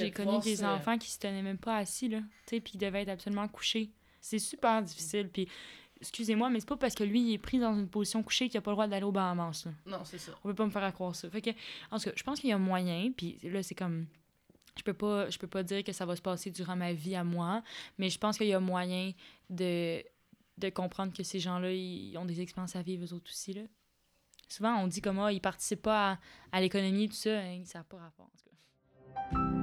j'ai connu des enfants qui se tenaient même pas assis, là, tu sais, puis ils devaient être absolument couchés. C'est super difficile, puis excusez-moi, mais c'est pas parce que lui, il est pris dans une position couchée qu'il a pas le droit d'aller au Bahamas, là. Non, c'est ça. On peut pas me faire croire ça. Fait que, en tout cas, je pense qu'il y a moyen, puis là, c'est comme... Je peux pas dire que ça va se passer durant ma vie à moi, mais je pense qu'il y a moyen de comprendre que ces gens-là, ils ont des expériences à vivre, eux autres aussi, là. Souvent, on dit comme, ils participent pas à l'économie et tout ça, hein, ça n'a pas rapport, en tout cas.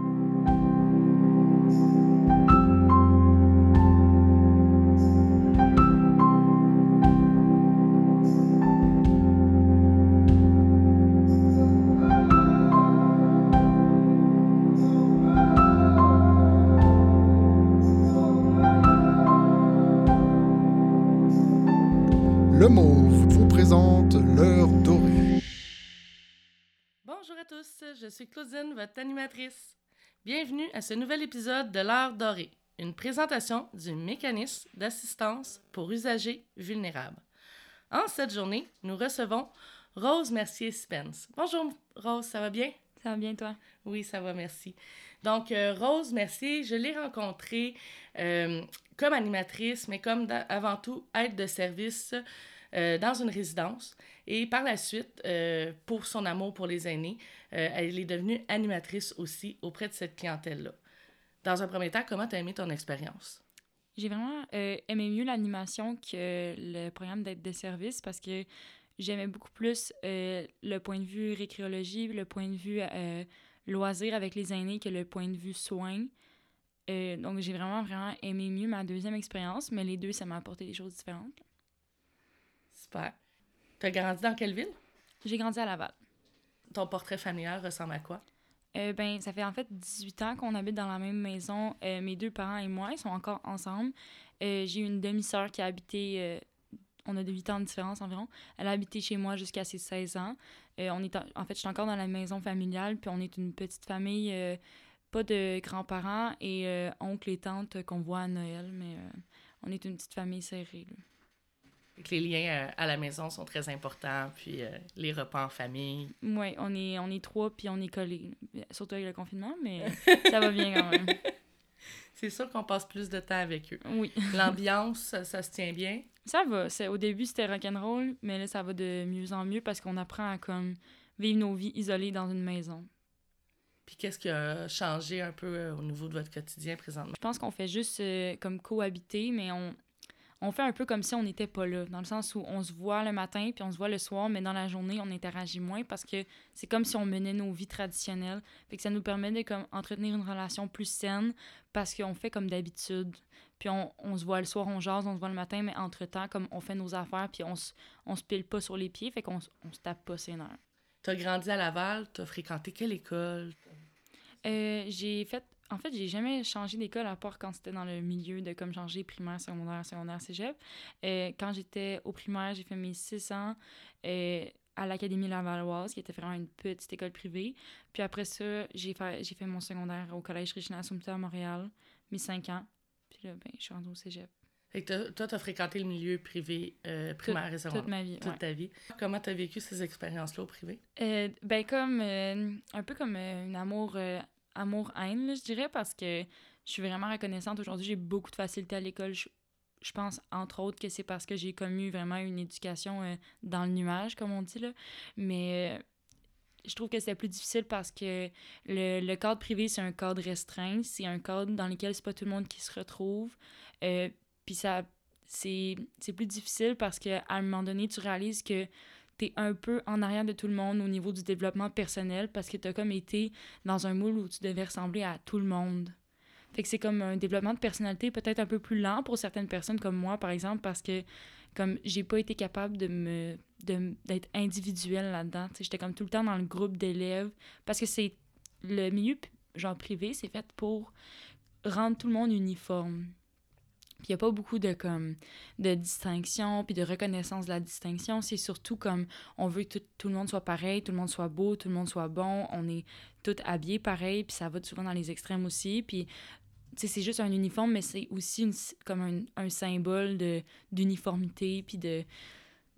Le Mauve vous présente l'heure dorée. Bonjour à tous, je suis Claudine, votre animatrice. Bienvenue à ce nouvel épisode de l'heure dorée, une présentation du mécanisme d'assistance pour usagers vulnérables. En cette journée, nous recevons Rose Mercier-Spence. Bonjour Rose, ça va bien? Ça va bien, toi? Oui, ça va, merci. Donc, Rose Mercier, je l'ai rencontrée comme animatrice, mais comme avant tout aide de service dans une résidence. Et par la suite, pour son amour pour les aînés, elle est devenue animatrice aussi auprès de cette clientèle-là. Dans un premier temps, comment tu as aimé ton expérience? J'ai vraiment aimé mieux l'animation que le programme d'aide de service parce que j'aimais beaucoup plus le point de vue récréologie, le point de vue loisir avec les aînés que le point de vue soins. Donc, j'ai vraiment aimé mieux ma deuxième expérience, mais les deux, ça m'a apporté des choses différentes. Super. Tu as grandi dans quelle ville? J'ai grandi à Laval. Ton portrait familial ressemble à quoi? Ça fait en fait 18 ans qu'on habite dans la même maison. Mes deux parents et moi, ils sont encore ensemble. J'ai une demi-sœur qui a habité... on a 8 ans de différence environ. Elle a habité chez moi jusqu'à ses 16 ans. En fait, je suis encore dans la maison familiale, puis on est une petite famille, pas de grands-parents et oncles et tantes qu'on voit à Noël, mais on est une petite famille serrée, là. Les liens à la maison sont très importants, puis les repas en famille. Oui, on est trois, puis on est collés. Surtout avec le confinement, mais ça va bien quand même. C'est sûr qu'on passe plus de temps avec eux. Oui. L'ambiance, ça se tient bien? Ça va. Au début, c'était rock'n'roll, mais là, ça va de mieux en mieux parce qu'on apprend à comme vivre nos vies isolées dans une maison. Puis qu'est-ce qui a changé un peu au niveau de votre quotidien présentement? Je pense qu'on fait juste comme cohabiter, mais on fait un peu comme si on n'était pas là, dans le sens où on se voit le matin puis on se voit le soir, mais dans la journée, on interagit moins parce que c'est comme si on menait nos vies traditionnelles. Fait que ça nous permet de comme, entretenir une relation plus saine parce qu'on fait comme d'habitude. Puis on se voit le soir, on jase, on se voit le matin, mais entre-temps, comme on fait nos affaires puis on se pile pas sur les pieds, fait qu'on se tape pas ses nerfs. T'as grandi à Laval, t'as fréquenté quelle école? En fait, j'ai jamais changé d'école à part quand c'était dans le milieu de comme changer primaire, secondaire, cégep. Quand j'étais au primaire, j'ai fait mes 6 ans à l'Académie Lavalloise, qui était vraiment une petite école privée. Puis après ça, j'ai fait mon secondaire au Collège Regina Assumpta à Montréal, mes 5 ans. Puis là, je suis rendue au cégep. Fait que toi, t'as fréquenté le milieu privé primaire et secondaire. Toute ma vie, toute ta vie. Comment t'as vécu ces expériences-là au privé? Comme un peu comme un amour-haine, là, je dirais, parce que je suis vraiment reconnaissante. Aujourd'hui, j'ai beaucoup de facilité à l'école. Je pense, entre autres, que c'est parce que j'ai comme eu vraiment une éducation dans le nuage, comme on dit, là. Mais je trouve que c'était plus difficile parce que le cadre privé, c'est un cadre restreint. C'est un cadre dans lequel c'est pas tout le monde qui se retrouve. Puis c'est plus difficile parce qu'à un moment donné, tu réalises que t'es un peu en arrière de tout le monde au niveau du développement personnel parce que t'as comme été dans un moule où tu devais ressembler à tout le monde. Fait que c'est comme un développement de personnalité peut-être un peu plus lent pour certaines personnes comme moi, par exemple, parce que comme j'ai pas été capable d'être individuelle là-dedans. T'sais, j'étais comme tout le temps dans le groupe d'élèves parce que c'est le milieu genre privé, c'est fait pour rendre tout le monde uniforme. Puis il n'y a pas beaucoup de distinction puis de reconnaissance de la distinction. C'est surtout comme on veut que tout le monde soit pareil, tout le monde soit beau, tout le monde soit bon. On est tous habillés pareil, puis ça va souvent dans les extrêmes aussi. Puis c'est juste un uniforme, mais c'est aussi comme un symbole d'uniformité puis de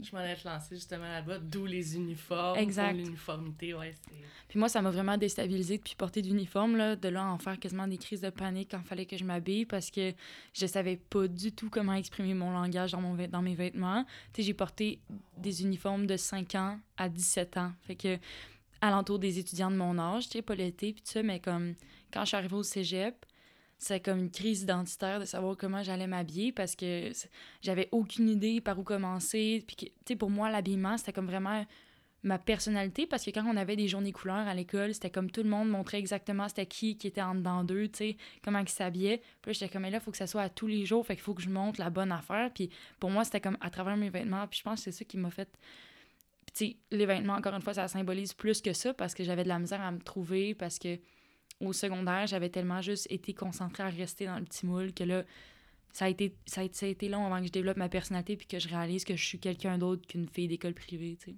Je m'en allais te lancer justement là-bas, d'où les uniformes, Exact. pour l'uniformité, ouais, c'est... Puis moi, ça m'a vraiment déstabilisée depuis porter d'uniforme, là, de là à en faire quasiment des crises de panique quand il fallait que je m'habille parce que je savais pas du tout comment exprimer mon langage dans mes vêtements. Tu sais, j'ai porté des uniformes de 5 ans à 17 ans. Fait que, alentour des étudiants de mon âge, tu sais, pas l'été, puis tout ça, mais comme quand je suis arrivée au cégep, c'est comme une crise identitaire de savoir comment j'allais m'habiller parce que j'avais aucune idée par où commencer. Puis, tu sais, pour moi, l'habillement, c'était comme vraiment ma personnalité parce que quand on avait des journées couleurs à l'école, c'était comme tout le monde montrait exactement c'était qui était en dedans d'eux, tu sais, comment ils s'habillaient. Puis là, j'étais comme, mais là, il faut que ça soit à tous les jours, fait qu'il faut que je montre la bonne affaire. Puis pour moi, c'était comme à travers mes vêtements. Puis je pense que c'est ça qui m'a fait... Puis tu sais, les vêtements, encore une fois, ça symbolise plus que ça parce que j'avais de la misère à me trouver, parce que au secondaire, j'avais tellement juste été concentrée à rester dans le petit moule que là, ça a été long avant que je développe ma personnalité puis que je réalise que je suis quelqu'un d'autre qu'une fille d'école privée, tu sais.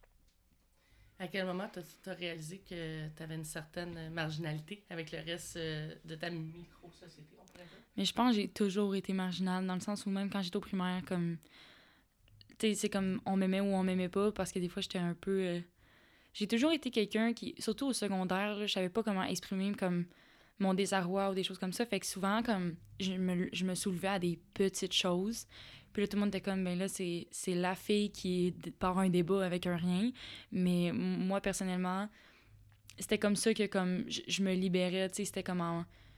À quel moment t'as réalisé que t'avais une certaine marginalité avec le reste de ta micro-société, on pourrait dire? Mais je pense que j'ai toujours été marginale, dans le sens où même quand j'étais au primaire, comme... Tu sais, c'est comme on m'aimait ou on m'aimait pas, parce que des fois, j'étais un peu... J'ai toujours été quelqu'un qui, surtout au secondaire, là, je savais pas comment exprimer comme mon désarroi ou des choses comme ça. Fait que souvent, comme je me soulevais à des petites choses. Puis là, tout le monde était comme, ben là, c'est la fille qui part un débat avec un rien. Mais moi, personnellement, c'était comme ça que comme je me libérais. Tu sais, c'était comme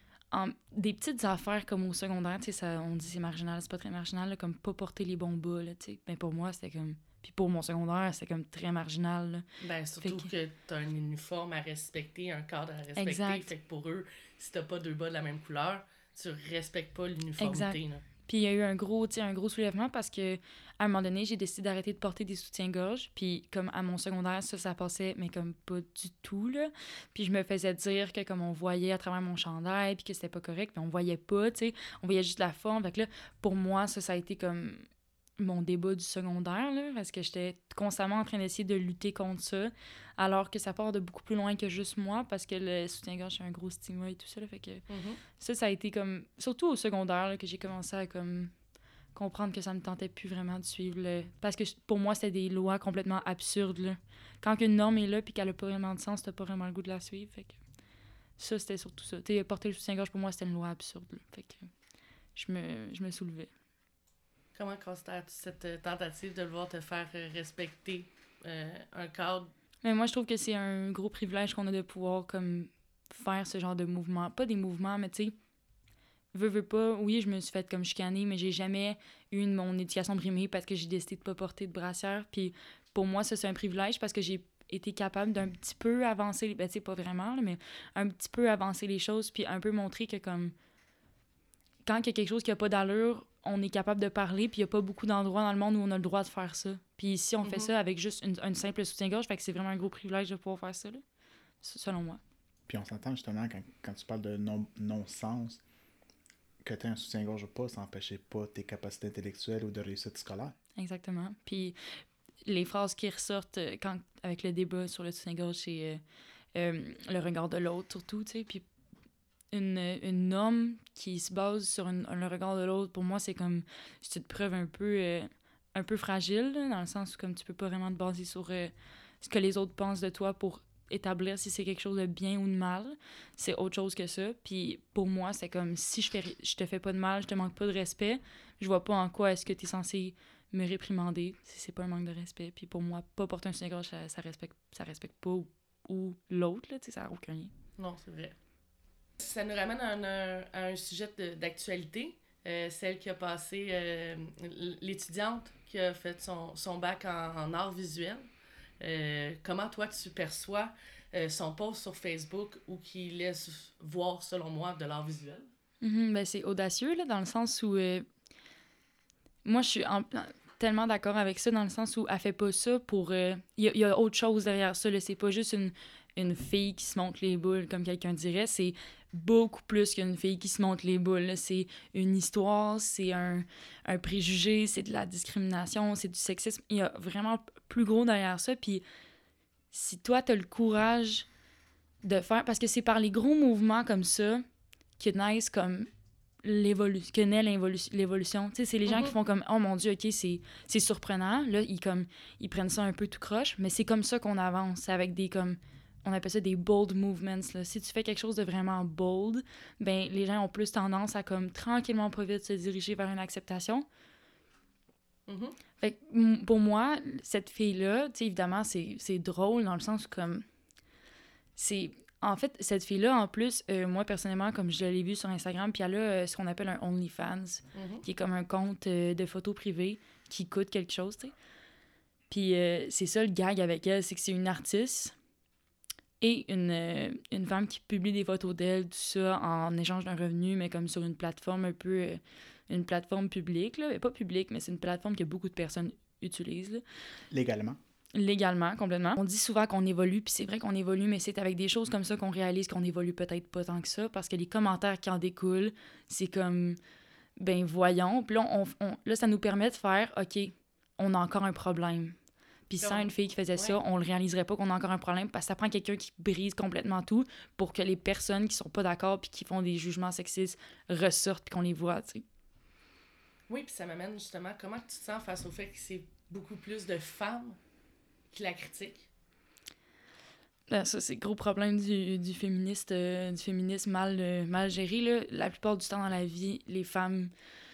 en des petites affaires comme au secondaire. Tu sais, ça, on dit c'est marginal, c'est pas très marginal, là, comme pas porter les bons bas, là, tu sais. Ben pour moi, c'était comme... Puis pour mon secondaire, c'était comme très marginal, là. Ben, surtout que t'as un uniforme à respecter, un cadre à respecter. Exact. Fait que pour eux, si t'as pas deux bas de la même couleur, tu respectes pas l'uniformité. Là. Puis il y a eu un gros soulèvement parce que à un moment donné, j'ai décidé d'arrêter de porter des soutiens-gorge. Puis comme à mon secondaire, ça passait, mais comme pas du tout, là. Puis je me faisais dire que comme on voyait à travers mon chandail, puis que c'était pas correct, puis on voyait pas, tu sais. On voyait juste la forme. Fait que là, pour moi, ça a été comme mon débat du secondaire, là, parce que j'étais constamment en train d'essayer de lutter contre ça, alors que ça part de beaucoup plus loin que juste moi, parce que le soutien-gorge, c'est un gros stigma et tout ça, là, fait que ça a été comme, surtout au secondaire, là, que j'ai commencé à comme comprendre que ça me tentait plus vraiment de suivre, parce que pour moi, c'était des lois complètement absurdes, là. Quand une norme est là puis qu'elle a pas vraiment de sens, t'as pas vraiment le goût de la suivre, fait que ça, c'était surtout ça. T'sais, porter le soutien-gorge, pour moi, c'était une loi absurde, là, fait que je me soulevais. Comment constates-tu cette tentative de vouloir te faire respecter un cadre? Mais moi, je trouve que c'est un gros privilège qu'on a de pouvoir comme faire ce genre de mouvement. Pas des mouvements, mais tu sais, veux pas, oui, je me suis fait comme chicaner, mais j'ai jamais eu mon éducation brimée parce que j'ai décidé de pas porter de brassière. Puis pour moi, ça, c'est un privilège parce que j'ai été capable d'un petit peu avancer, ben tu sais, pas vraiment, là, mais un petit peu avancer les choses, puis un peu montrer que comme quand il y a quelque chose qui a pas d'allure, on est capable de parler, puis il y a pas beaucoup d'endroits dans le monde où on a le droit de faire ça. Puis ici, on fait ça avec juste une simple soutien-gorge, fait que c'est vraiment un gros privilège de pouvoir faire ça, là, selon moi. Puis on s'entend justement, quand tu parles de non-sens, que tu aies un soutien-gorge ou pas, ça n'empêchait pas tes capacités intellectuelles ou de réussite scolaire. Exactement. Puis les phrases qui ressortent avec le débat sur le soutien-gorge, c'est le regard de l'autre, surtout, tu sais, puis une norme qui se base sur le regard de l'autre, pour moi, c'est comme c'est une preuve un peu fragile, là, dans le sens où comme tu peux pas vraiment te baser sur ce que les autres pensent de toi pour établir si c'est quelque chose de bien ou de mal. C'est autre chose que ça. Puis pour moi, c'est comme si je te fais pas de mal, je te manque pas de respect, je vois pas en quoi est-ce que tu es censé me réprimander si c'est pas un manque de respect. Puis pour moi, pas porter un soutien-gorge, ça respecte pas ou l'autre, là, tu sais, ça n'a aucun lien. Non, c'est vrai. Ça nous ramène à un sujet d'actualité, celle qui a passé, l'étudiante qui a fait son bac en arts visuels. Comment toi tu perçois son post sur Facebook où qui laisse voir, selon moi, de l'art visuel? Ben, c'est audacieux, là, dans le sens où... moi, je suis tellement d'accord avec ça, dans le sens où elle fait pas ça pour... Il y a autre chose derrière ça, là. C'est pas juste une fille qui se monte les boules, comme quelqu'un dirait. C'est beaucoup plus qu'une fille qui se monte les boules, là. C'est une histoire, c'est un préjugé, c'est de la discrimination, c'est du sexisme. Il y a vraiment plus gros derrière ça. Puis si toi, t'as le courage de faire... Parce que c'est par les gros mouvements comme ça que naissent comme que naît l'évolution. Tu sais, c'est les gens qui font comme « Oh mon Dieu, OK, c'est surprenant. » Là, ils prennent ça un peu tout croche, mais c'est comme ça qu'on avance. C'est avec des comme... On appelle ça des bold movements. Là. Si tu fais quelque chose de vraiment bold, ben les gens ont plus tendance à comme tranquillement pas vite se diriger vers une acceptation. Fait que, pour moi, cette fille-là, tu sais, évidemment, c'est drôle dans le sens où comme... c'est... En fait, cette fille-là, en plus, moi, personnellement, comme je l'ai vue sur Instagram, puis elle a ce qu'on appelle un OnlyFans, qui est comme un compte de photos privées qui coûte quelque chose, tu sais. Puis c'est ça le gag avec elle, c'est que c'est une artiste et une femme qui publie des photos d'elle, tout ça, en échange d'un revenu, mais comme sur une plateforme un peu... une plateforme publique, là. Pas publique, mais c'est une plateforme que beaucoup de personnes utilisent, là. Légalement, complètement. On dit souvent qu'on évolue, puis c'est vrai qu'on évolue, mais c'est avec des choses comme ça qu'on réalise qu'on évolue peut-être pas tant que ça, parce que les commentaires qui en découlent, c'est comme, ben voyons. Puis là, là, ça nous permet de faire, OK, on a encore un problème. Puis sans une fille qui faisait ça, on le réaliserait pas qu'on a encore un problème, parce que ça prend quelqu'un qui brise complètement tout pour que les personnes qui sont pas d'accord puis qui font des jugements sexistes ressortent puis qu'on les voit, tu sais. Oui, puis ça m'amène justement, comment tu te sens face au fait que c'est beaucoup plus de femmes qui la critiquent? Ça, c'est le gros problème du féminisme mal géré, là. La plupart du temps dans la vie, les femmes...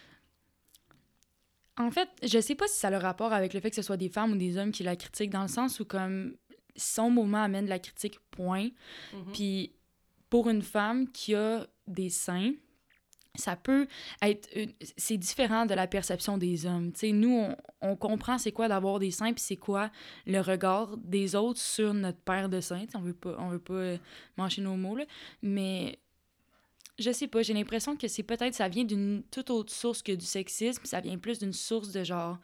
En fait, je sais pas si ça a le rapport avec le fait que ce soit des femmes ou des hommes qui la critiquent, dans le sens où, comme, son mouvement amène de la critique, point. Puis, pour une femme qui a des seins, ça peut être... c'est différent de la perception des hommes. Tu sais, nous, on comprend c'est quoi d'avoir des seins, puis c'est quoi le regard des autres sur notre paire de seins. On veut pas mâcher nos mots, là. Mais je sais pas, j'ai l'impression que c'est peut-être... ça vient d'une toute autre source que du sexisme. Ça vient plus d'une source de genre...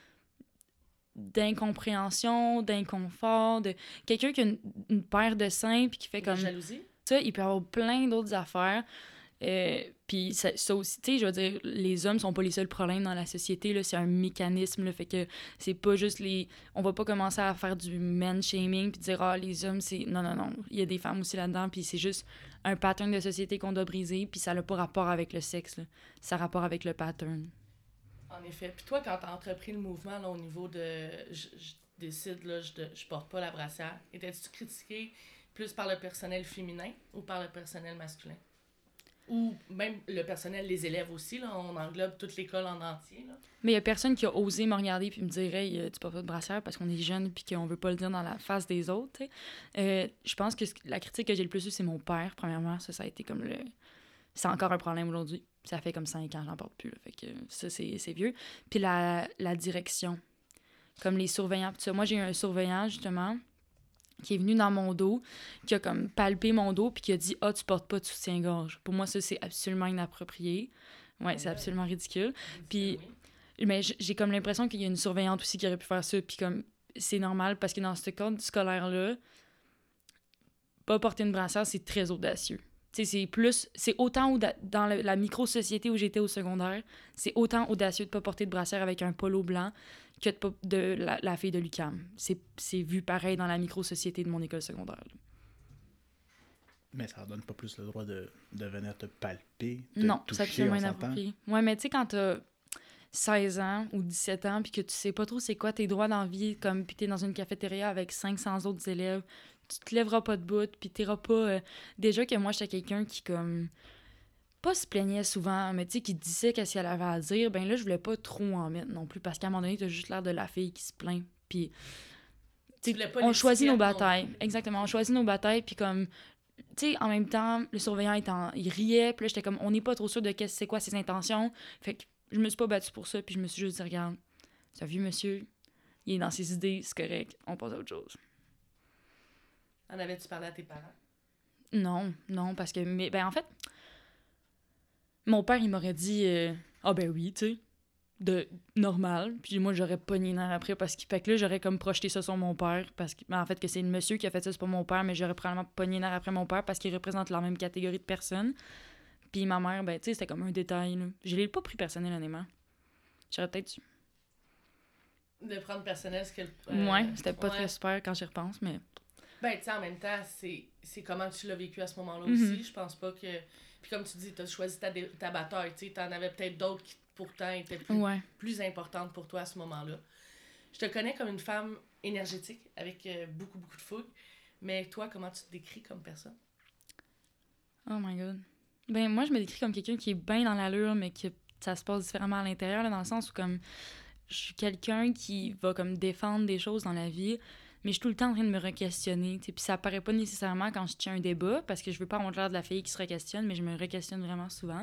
d'incompréhension, d'inconfort, de quelqu'un qui a une paire de seins, puis qui fait comme... jalousie? Ça, il peut y avoir plein d'autres affaires. Puis ça aussi, tu sais, je veux dire, les hommes sont pas les seuls problèmes dans la société, là, c'est un mécanisme, là, fait que c'est pas juste on va pas commencer à faire du man-shaming puis dire, les hommes, c'est... Non, il y a des femmes aussi là-dedans, puis c'est juste un pattern de société qu'on doit briser, puis ça n'a pas rapport avec le sexe, là. Ça a rapport avec le pattern. En effet. Puis toi, quand t'as entrepris le mouvement, là, au niveau de... Je décide, là, je porte pas la brassière, étais-tu critiqué plus par le personnel féminin ou par le personnel masculin? Ou même le personnel, les élèves aussi, là, on englobe toute l'école en entier, là. Mais il y a personne qui a osé me regarder puis me dire « Hey, tu portes pas de brassière parce qu'on est jeune puis qu'on veut pas le dire dans la face des autres. » Je pense que la critique que j'ai le plus eue, c'est mon père, premièrement. Ça a été comme le... C'est encore un problème aujourd'hui. Ça fait comme 5 ans, j'en porte plus, là. Fait que ça, c'est vieux. Puis la direction. Comme les surveillants. Tout ça. Moi, j'ai eu un surveillant, justement, qui est venu dans mon dos, qui a comme palpé mon dos, puis qui a dit « Ah, tu portes pas de soutien-gorge. » Pour moi, ça, c'est absolument inapproprié. Ouais, c'est absolument ridicule. Puis, mais j'ai comme l'impression qu'il y a une surveillante aussi qui aurait pu faire ça, puis comme, c'est normal, parce que dans ce cadre scolaire-là, pas porter une brassière, c'est très audacieux. Tu sais, c'est autant dans la micro-société où j'étais au secondaire, c'est autant audacieux de pas porter de brassière avec un polo blanc que de la fille de l'UQAM. C'est vu pareil dans la micro-société de mon école secondaire. Mais ça ne donne pas plus le droit de venir te palper, non, toucher, c'est absolument inapproprié. Ouais, mais tu sais, quand t'as 16 ans ou 17 ans, puis que tu sais pas trop c'est quoi tes droits dans la vie, comme puis t'es dans une cafétéria avec 500 autres élèves, tu te lèveras pas de bout, puis t'iras pas... Déjà que moi, j'étais quelqu'un qui, comme... pas se plaignait souvent, mais tu sais, qui disait qu'est-ce qu'elle avait à dire, ben là, je voulais pas trop en mettre non plus, parce qu'à un moment donné, t'as juste l'air de la fille qui se plaint, puis... on choisit nos batailles. Exactement, on choisit nos batailles, puis comme... Tu sais, en même temps, le surveillant, il riait, puis là, j'étais comme, on n'est pas trop sûr de c'est quoi ses intentions, fait que je me suis pas battue pour ça, puis je me suis juste dit, regarde, c'est un vieux monsieur, il est dans ses idées, c'est correct, on passe à autre chose. En avais-tu parlé à tes parents? Non, parce que... ben en fait, mon père, il m'aurait dit ben oui, tu sais, de normal. Puis moi, j'aurais pogné nerf après parce que... Fait que là, j'aurais comme projeté ça sur mon père, parce que... en fait, que c'est le monsieur qui a fait ça, c'est pas mon père, mais j'aurais probablement pogné nerf après mon père parce qu'il représente la même catégorie de personnes. Puis ma mère, ben tu sais, c'était comme un détail, là. Je l'ai pas pris personnel, honnêtement. J'aurais peut-être dû. De prendre personnel ce que... Ouais, c'était pas très super quand j'y repense, mais... Ben, tu sais, en même temps, c'est comment tu l'as vécu à ce moment-là Mhm. aussi. Je pense pas que... Puis comme tu dis, t'as choisi ta bataille, tu sais, t'en avais peut-être d'autres qui, pourtant, étaient Ouais. plus importantes pour toi à ce moment-là. Je te connais comme une femme énergétique, avec beaucoup, beaucoup de fougue. Mais toi, comment tu te décris comme personne? Oh my god. Ben, moi, je me décris comme quelqu'un qui est bien dans l'allure, mais que ça se passe différemment à l'intérieur, là, dans le sens où, comme, je suis quelqu'un qui va, comme, défendre des choses dans la vie, mais je suis tout le temps en train de me re-questionner, tu sais. Puis ça apparaît pas nécessairement quand je tiens un débat, parce que je veux pas avoir l'air de la fille qui se re-questionne, mais je me re-questionne vraiment souvent.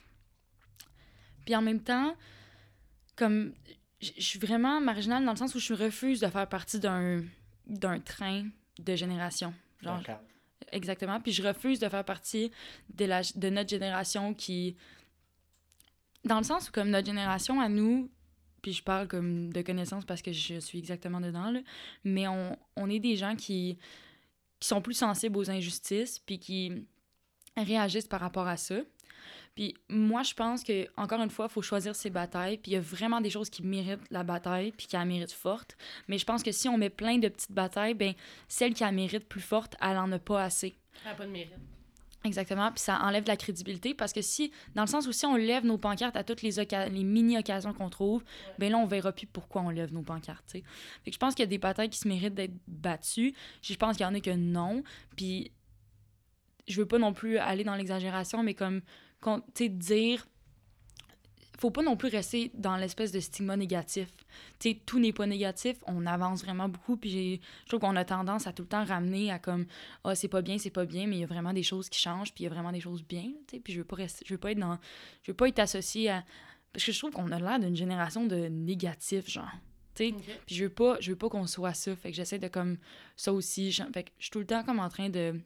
Puis en même temps, comme, je suis vraiment marginale dans le sens où je refuse de faire partie d'un train de génération. Genre, D'accord. exactement. Puis je refuse de faire partie de notre génération qui... Dans le sens où, comme notre génération à nous, puis je parle comme de connaissances parce que je suis exactement dedans, là, mais on est des gens qui sont plus sensibles aux injustices, puis qui réagissent par rapport à ça. Puis moi, je pense que encore une fois, il faut choisir ses batailles, puis il y a vraiment des choses qui méritent la bataille, puis qui la méritent forte. Mais je pense que si on met plein de petites batailles, ben celle qui la mérite plus forte, elle en a pas assez. Elle n'a pas de mérite. Exactement, puis ça enlève de la crédibilité parce que si, dans le sens où si on lève nos pancartes à toutes les mini-occasions qu'on trouve, ben là, on verra plus pourquoi on lève nos pancartes, tu sais. Fait que je pense qu'il y a des batailles qui se méritent d'être battues. Je pense qu'il y en a que non, puis je veux pas non plus aller dans l'exagération, mais comme, tu sais, dire... Faut pas non plus rester dans l'espèce de stigma négatif. Tu sais, tout n'est pas négatif, on avance vraiment beaucoup, puis je trouve qu'on a tendance à tout le temps ramener à comme « Ah, c'est pas bien, mais il y a vraiment des choses qui changent, puis il y a vraiment des choses bien. » Tu sais, puis je veux pas être associée à... Parce que je trouve qu'on a l'air d'une génération de négatifs, genre. Tu sais, Ok. puis je veux pas qu'on soit ça, fait que j'essaie de comme ça aussi. Fait que je suis tout le temps comme en train de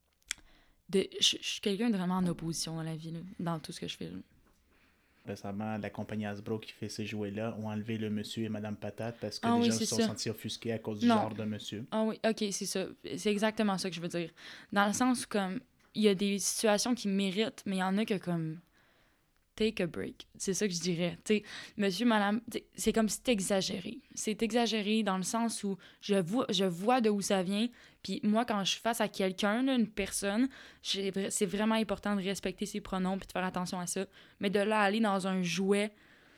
je suis quelqu'un de vraiment en opposition dans la vie, là, dans tout ce que je fais, là. Récemment, la compagnie Hasbro qui fait ces jouets-là ont enlevé le monsieur et madame patate parce que Ah les oui, gens c'est se sont ça. sentis offusqués à cause du Non. genre de monsieur. Ah oui, ok, c'est ça. C'est exactement ça que je veux dire. Dans le sens où, comme, il y a des situations qui méritent, mais il y en a que, comme, take a break. C'est ça que je dirais. Tu sais, monsieur, madame, c'est comme si c'était exagéré. C'est exagéré dans le sens où je vois de où ça vient. Puis moi, quand je suis face à quelqu'un, là, une personne, c'est vraiment important de respecter ses pronoms puis de faire attention à ça. Mais de là aller dans un jouet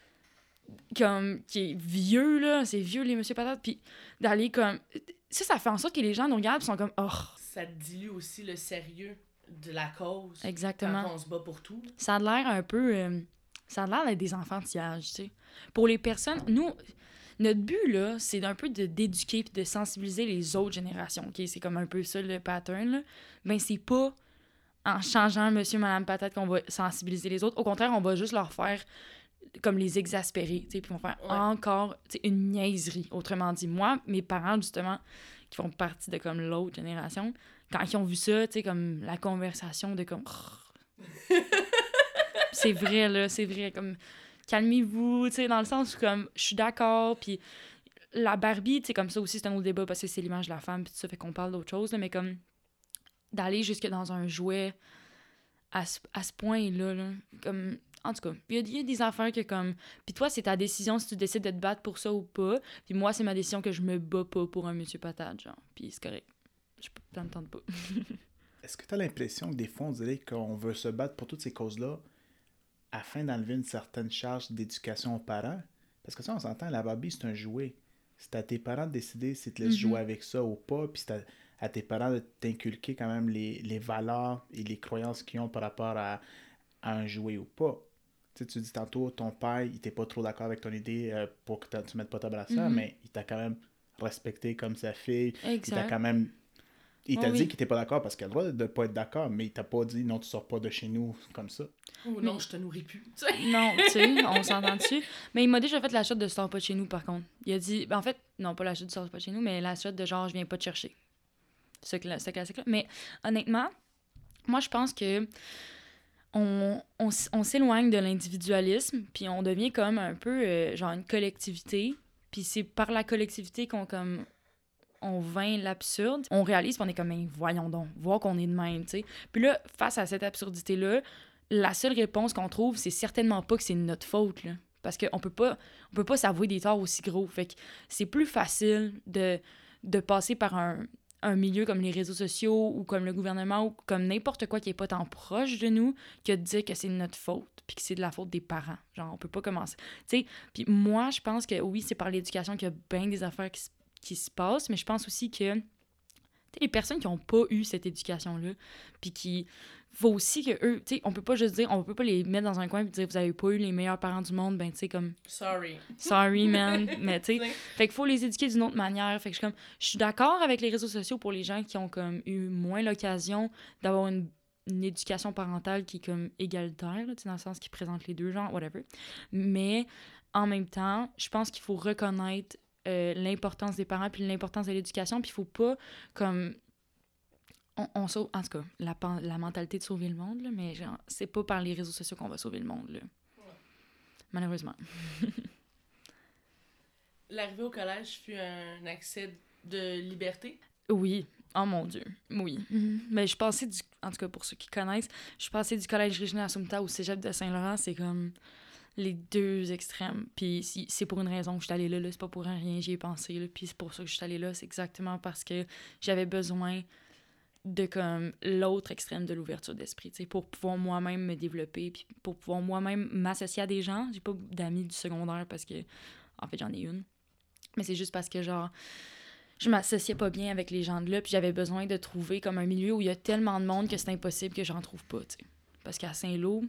comme qui est vieux, là, c'est vieux, les Monsieur Patate, puis d'aller comme... Ça fait en sorte que les gens nous regardent et sont comme « Oh! » Ça dilue aussi le sérieux de la cause. Exactement. Quand on se bat pour tout. Ça a l'air un peu... ça a l'air d'être des enfantillages, tu sais. Pour les personnes... Nous, notre but, là, c'est d'un peu d'éduquer et de sensibiliser les autres générations, OK? C'est comme un peu ça, le pattern, là. Ben, c'est pas en changeant Monsieur, Madame Patate qu'on va sensibiliser les autres. Au contraire, on va juste leur faire comme les exaspérer, tu sais, puis on va faire encore, tu sais, une niaiserie. Autrement dit, moi, mes parents, justement, qui font partie de comme l'autre génération, quand ils ont vu ça, tu sais, comme la conversation de comme... c'est vrai, là, c'est vrai, comme, calmez-vous, tu sais, dans le sens où, comme, je suis d'accord, puis la Barbie, tu sais, comme ça aussi, c'est un autre débat, parce que c'est l'image de la femme, puis tout ça, fait qu'on parle d'autre chose, là, mais comme, d'aller jusque dans un jouet à ce point-là, là, comme... En tout cas, il y a des affaires que comme... Puis toi, c'est ta décision si tu décides de te battre pour ça ou pas. Puis moi, c'est ma décision que je me bats pas pour un monsieur patate, genre. Puis c'est correct. Ça me tente pas. Est-ce que tu as l'impression que des fois, on dirait qu'on veut se battre pour toutes ces causes-là afin d'enlever une certaine charge d'éducation aux parents? Parce que ça, on s'entend, la Barbie, c'est un jouet. C'est à tes parents de décider si tu te laisses jouer avec ça ou pas. Puis c'est à tes parents de t'inculquer quand même les valeurs et les croyances qu'ils ont par rapport à un jouet ou pas. Tu sais, tu dis tantôt, ton père, il était pas trop d'accord avec ton idée pour que tu mettes pas ta brassière, mais il t'a quand même respecté comme sa fille. Exact. Il t'a quand même... Il t'a Oui. dit qu'il était pas d'accord parce qu'il a le droit de pas être d'accord, mais il t'a pas dit non, tu sors pas de chez nous comme ça. Ou non, je te nourris plus. Non, tu sais, on s'entend dessus. Mais il m'a déjà fait la shot de sors pas de chez nous, par contre. Il a dit... Ben, en fait, non, pas la shot de sors pas de chez nous, mais la shot de genre, je viens pas te chercher. Ce classique-là. Mais honnêtement, moi, je pense que on s'éloigne de l'individualisme, puis on devient comme un peu genre une collectivité, puis c'est par la collectivité qu'on comme on vainc l'absurde. On réalise qu'on est comme mais voyons donc, voir qu'on est de même, tu sais. Puis là, face à cette absurdité-là, la seule réponse qu'on trouve, c'est certainement pas que c'est notre faute, là. Parce qu'on peut pas s'avouer des torts aussi gros. Fait que c'est plus facile de passer par un milieu comme les réseaux sociaux ou comme le gouvernement ou comme n'importe quoi qui est pas tant proche de nous que de dire que c'est de notre faute puis que c'est de la faute des parents. Genre, on peut pas commencer. Tu sais, puis moi, je pense que oui, c'est par l'éducation qu'il y a bien des affaires qui se passent, mais je pense aussi que les personnes qui n'ont pas eu cette éducation-là, puis qui... Faut aussi que eux, tu sais, on peut pas juste dire, on peut pas les mettre dans un coin et dire vous avez pas eu les meilleurs parents du monde, ben tu sais, comme... Sorry, man. Mais tu sais, fait qu'il faut les éduquer d'une autre manière. Fait que je suis d'accord avec les réseaux sociaux pour les gens qui ont comme eu moins l'occasion d'avoir une éducation parentale qui est comme égalitaire, là, dans le sens qui présente les deux genres, whatever. Mais en même temps, je pense qu'il faut reconnaître l'importance des parents puis l'importance de l'éducation, puis il faut pas comme... On sauve, en tout cas, la mentalité de sauver le monde, là, mais genre, c'est pas par les réseaux sociaux qu'on va sauver le monde, là. Ouais. Malheureusement. L'arrivée au collège fut un accès de liberté? Oui. Oh mon Dieu. Oui. Mais je passais en tout cas, pour ceux qui connaissent, je passais du collège Regina Assumpta au cégep de Saint-Laurent, c'est comme les deux extrêmes. Puis c'est pour une raison que je suis allée là, c'est pas pour rien, j'y ai pensé, là. Puis c'est pour ça que je suis allée là, c'est exactement parce que j'avais besoin de comme l'autre extrême de l'ouverture d'esprit, tu sais, pour pouvoir moi-même me développer, puis pour pouvoir moi-même m'associer à des gens. J'ai pas d'amis du secondaire parce que, en fait, j'en ai une. Mais c'est juste parce que, genre, je m'associais pas bien avec les gens de là, puis j'avais besoin de trouver comme un milieu où il y a tellement de monde que c'est impossible que j'en trouve pas, tu sais. Parce qu'à Saint-Lô,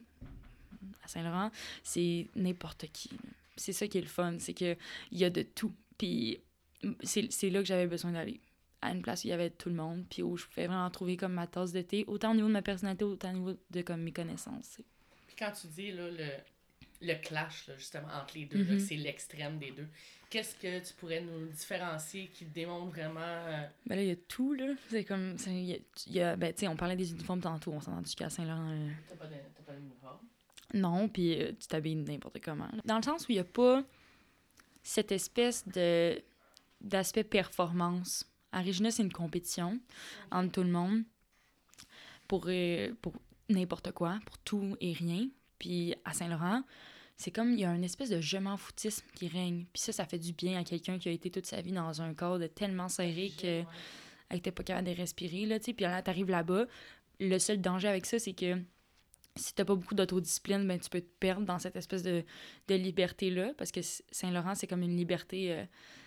à Saint-Laurent, c'est n'importe qui. C'est ça qui est le fun, c'est que il y a de tout. Puis c'est là que j'avais besoin d'aller. À une place où il y avait tout le monde, puis où je pouvais vraiment trouver comme ma tasse de thé, autant au niveau de ma personnalité, autant au niveau de comme mes connaissances. T'sais. Puis quand tu dis là, le clash, là, justement, entre les deux, là, c'est l'extrême des deux, qu'est-ce que tu pourrais nous différencier qui démontre vraiment... Ben là, il y a tout, là. C'est comme... Il y a ben, tu sais, on parlait des uniformes tantôt, on s'est entendu qu'à Saint-Laurent... T'as pas d'uniforme? Non, puis tu t'habilles n'importe comment. Là. Dans le sens où il n'y a pas cette espèce d'aspect performance. À Regina, c'est une compétition entre tout le monde pour n'importe quoi, pour tout et rien. Puis à Saint-Laurent, c'est comme il y a une espèce de je m'en foutisme qui règne. Puis ça fait du bien à quelqu'un qui a été toute sa vie dans un cadre tellement serré qu'elle n'était pas capable de respirer. Là, puis là, t'arrives là-bas. Le seul danger avec ça, c'est que si t'as pas beaucoup d'autodiscipline, ben tu peux te perdre dans cette espèce de liberté-là. Parce que Saint-Laurent, c'est comme une liberté...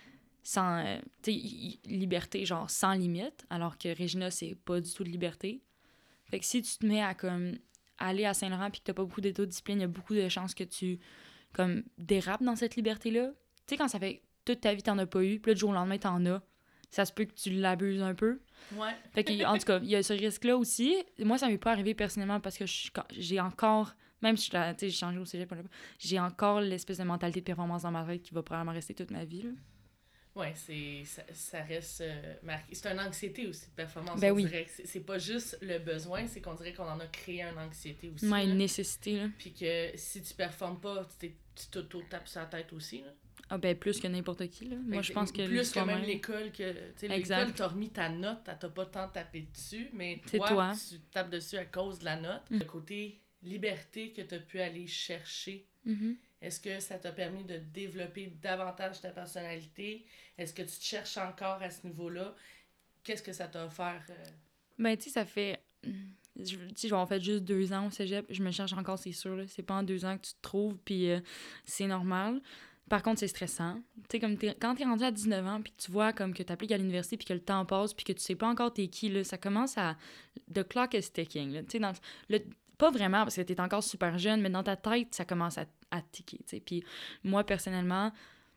sans liberté genre sans limite, alors que Regina, c'est pas du tout de liberté. Fait que si tu te mets à comme aller à Saint-Laurent puis que t'as pas beaucoup d'autodiscipline, il y a beaucoup de chances que tu comme dérapes dans cette liberté-là. Tu sais, quand ça fait toute ta vie t'en as pas eu, puis là, du jour au lendemain, t'en as, ça se peut que tu l'abuses un peu. Ouais. Fait que, en tout cas, il y a ce risque-là aussi. Moi, ça m'est pas arrivé personnellement parce que j'ai encore... Même si j'ai changé au cégep, j'ai encore l'espèce de mentalité de performance dans ma tête qui va probablement rester toute ma vie, là. Oui, ça reste marqué. C'est une anxiété aussi de performance. Ben on oui. dirait que c'est pas juste le besoin, c'est qu'on dirait qu'on en a créé une anxiété aussi. Ouais, une nécessité, là. Puis que si tu performes pas, tu t'auto-tapes sur la tête aussi, là. Ah ben, plus que n'importe qui, là. Moi, je pense que... Plus que même l'école, que... Tu sais, l'école, t'as remis ta note, elle t'a pas tant tapé dessus, mais toi, tu tapes dessus à cause de la note. Le côté liberté que t'as pu aller chercher... Est-ce que ça t'a permis de développer davantage ta personnalité? Est-ce que tu te cherches encore à ce niveau-là? Qu'est-ce que ça t'a offert? Ben, tu sais, ça fait... Tu sais, en fait juste 2 ans au cégep. Je me cherche encore, c'est sûr. Là. C'est pas en 2 ans que tu te trouves, puis c'est normal. Par contre, c'est stressant. Tu sais, comme quand t'es rendu à 19 ans, puis que tu vois comme que t'appliques à l'université, puis que le temps passe, puis que tu sais pas encore t'es qui, là, ça commence à... The clock is ticking, là. Tu sais, pas vraiment, parce que t'es encore super jeune, mais dans ta tête, ça commence à ticker, tu sais. Puis moi, personnellement,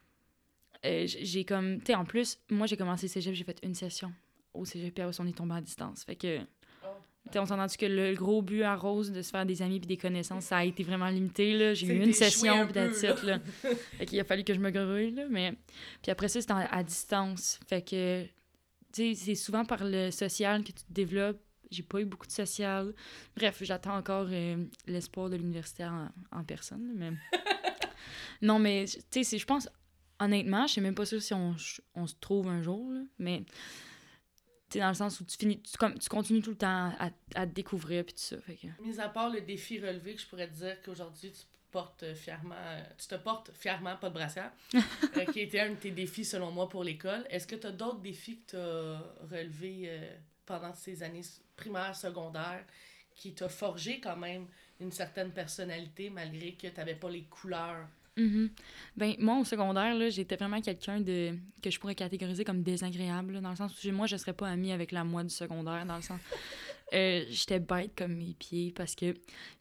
j'ai comme... Tu sais, en plus, moi, j'ai commencé le cégep, j'ai fait une session au cégep, puis on est tombé à distance. Fait que... Tu sais, on s'est entendu que le gros but à Rose de se faire des amis puis des connaissanses, ça a été vraiment limité, là. J'ai eu une session, puis that's it, là. Fait qu'il a fallu que je me grouille, là, mais... Puis après ça, c'était à distance. Fait que... Tu sais, c'est souvent par le social que tu te développes. J'ai pas eu beaucoup de social. Bref, j'attends encore l'espoir de l'université en personne, là, mais... Non, mais, tu sais, je pense... Honnêtement, je sais même pas sûr si on se trouve un jour, là, mais... Tu sais, dans le sens où tu continues tout le temps à te découvrir, puis tout ça, fait que... Mis à part le défi relevé, que je pourrais te dire qu'aujourd'hui, tu te portes fièrement, pas de brassière, qui a été un de tes défis selon moi pour l'école. Est-ce que tu as d'autres défis que tu as relevés pendant ces années primaires, secondaires, qui t'a forgé quand même une certaine personnalité malgré que tu n'avais pas les couleurs? Mm-hmm. Ben, moi, au secondaire, là, j'étais vraiment quelqu'un que je pourrais catégoriser comme désagréable, là, dans le sens où moi, je serais pas amie avec la moi du secondaire, dans le sens... j'étais bête comme mes pieds parce que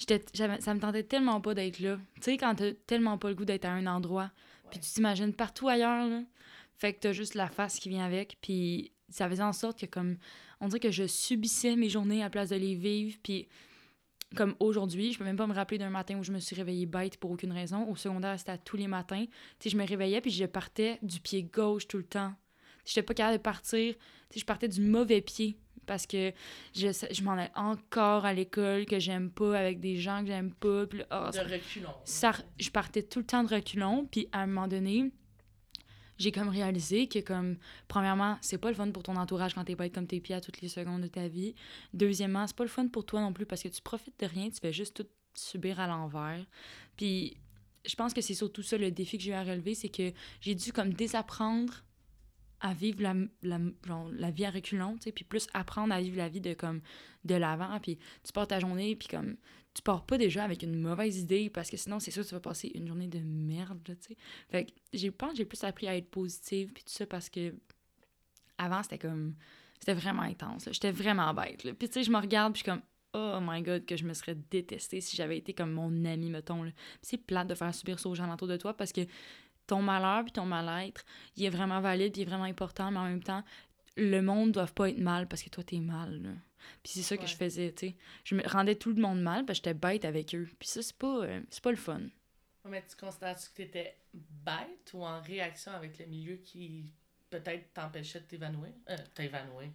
ça me tentait tellement pas d'être là. Tu sais, quand t'as tellement pas le goût d'être à un endroit, puis tu t'imagines partout ailleurs, là, fait que t'as juste la face qui vient avec, puis ça faisait en sorte que, comme, on dirait que je subissais mes journées à place de les vivre, puis comme aujourd'hui, je peux même pas me rappeler d'un matin où je me suis réveillée bête pour aucune raison. Au secondaire, c'était à tous les matins. Tu sais, je me réveillais, puis je partais du pied gauche tout le temps. J'étais pas capable de partir. Tu sais, je partais du mauvais pied. Parce que je m'en allais encore à l'école que j'aime pas, avec des gens que j'aime pas. Puis là, de reculons. Je partais tout le temps de reculons. Puis à un moment donné, j'ai comme réalisé que, comme, premièrement, c'est pas le fun pour ton entourage quand t'es pas comme tes pieds à toutes les secondes de ta vie. Deuxièmement, c'est pas le fun pour toi non plus parce que tu profites de rien, tu fais juste tout subir à l'envers. Puis je pense que c'est surtout ça le défi que j'ai eu à relever, c'est que j'ai dû comme désapprendre à vivre la vie à reculons, tu sais, puis plus apprendre à vivre la vie de l'avant, puis tu pars ta journée, puis comme, tu pars pas déjà avec une mauvaise idée, parce que sinon, c'est sûr que tu vas passer une journée de merde, tu sais. Fait que j'ai plus appris à être positive, puis tout ça, parce que avant, c'était vraiment intense, là. J'étais vraiment bête, là. Puis tu sais, je me regarde, puis je suis comme, oh my God, que je me serais détestée si j'avais été comme mon ami, mettons, là. Puis c'est plate de faire subir ça aux gens autour de toi, parce que ton malheur puis ton mal-être, il est vraiment valide puis il est vraiment important, mais en même temps, le monde ne doit pas être mal parce que toi, t'es mal, là. Puis c'est ça que je faisais, tu sais. Je me rendais tout le monde mal parce que j'étais bête avec eux. Puis ça, c'est pas le fun. Mais tu considères-tu que t'étais bête ou en réaction avec le milieu qui peut-être t'empêchait de t'évanouir? T'évanouir.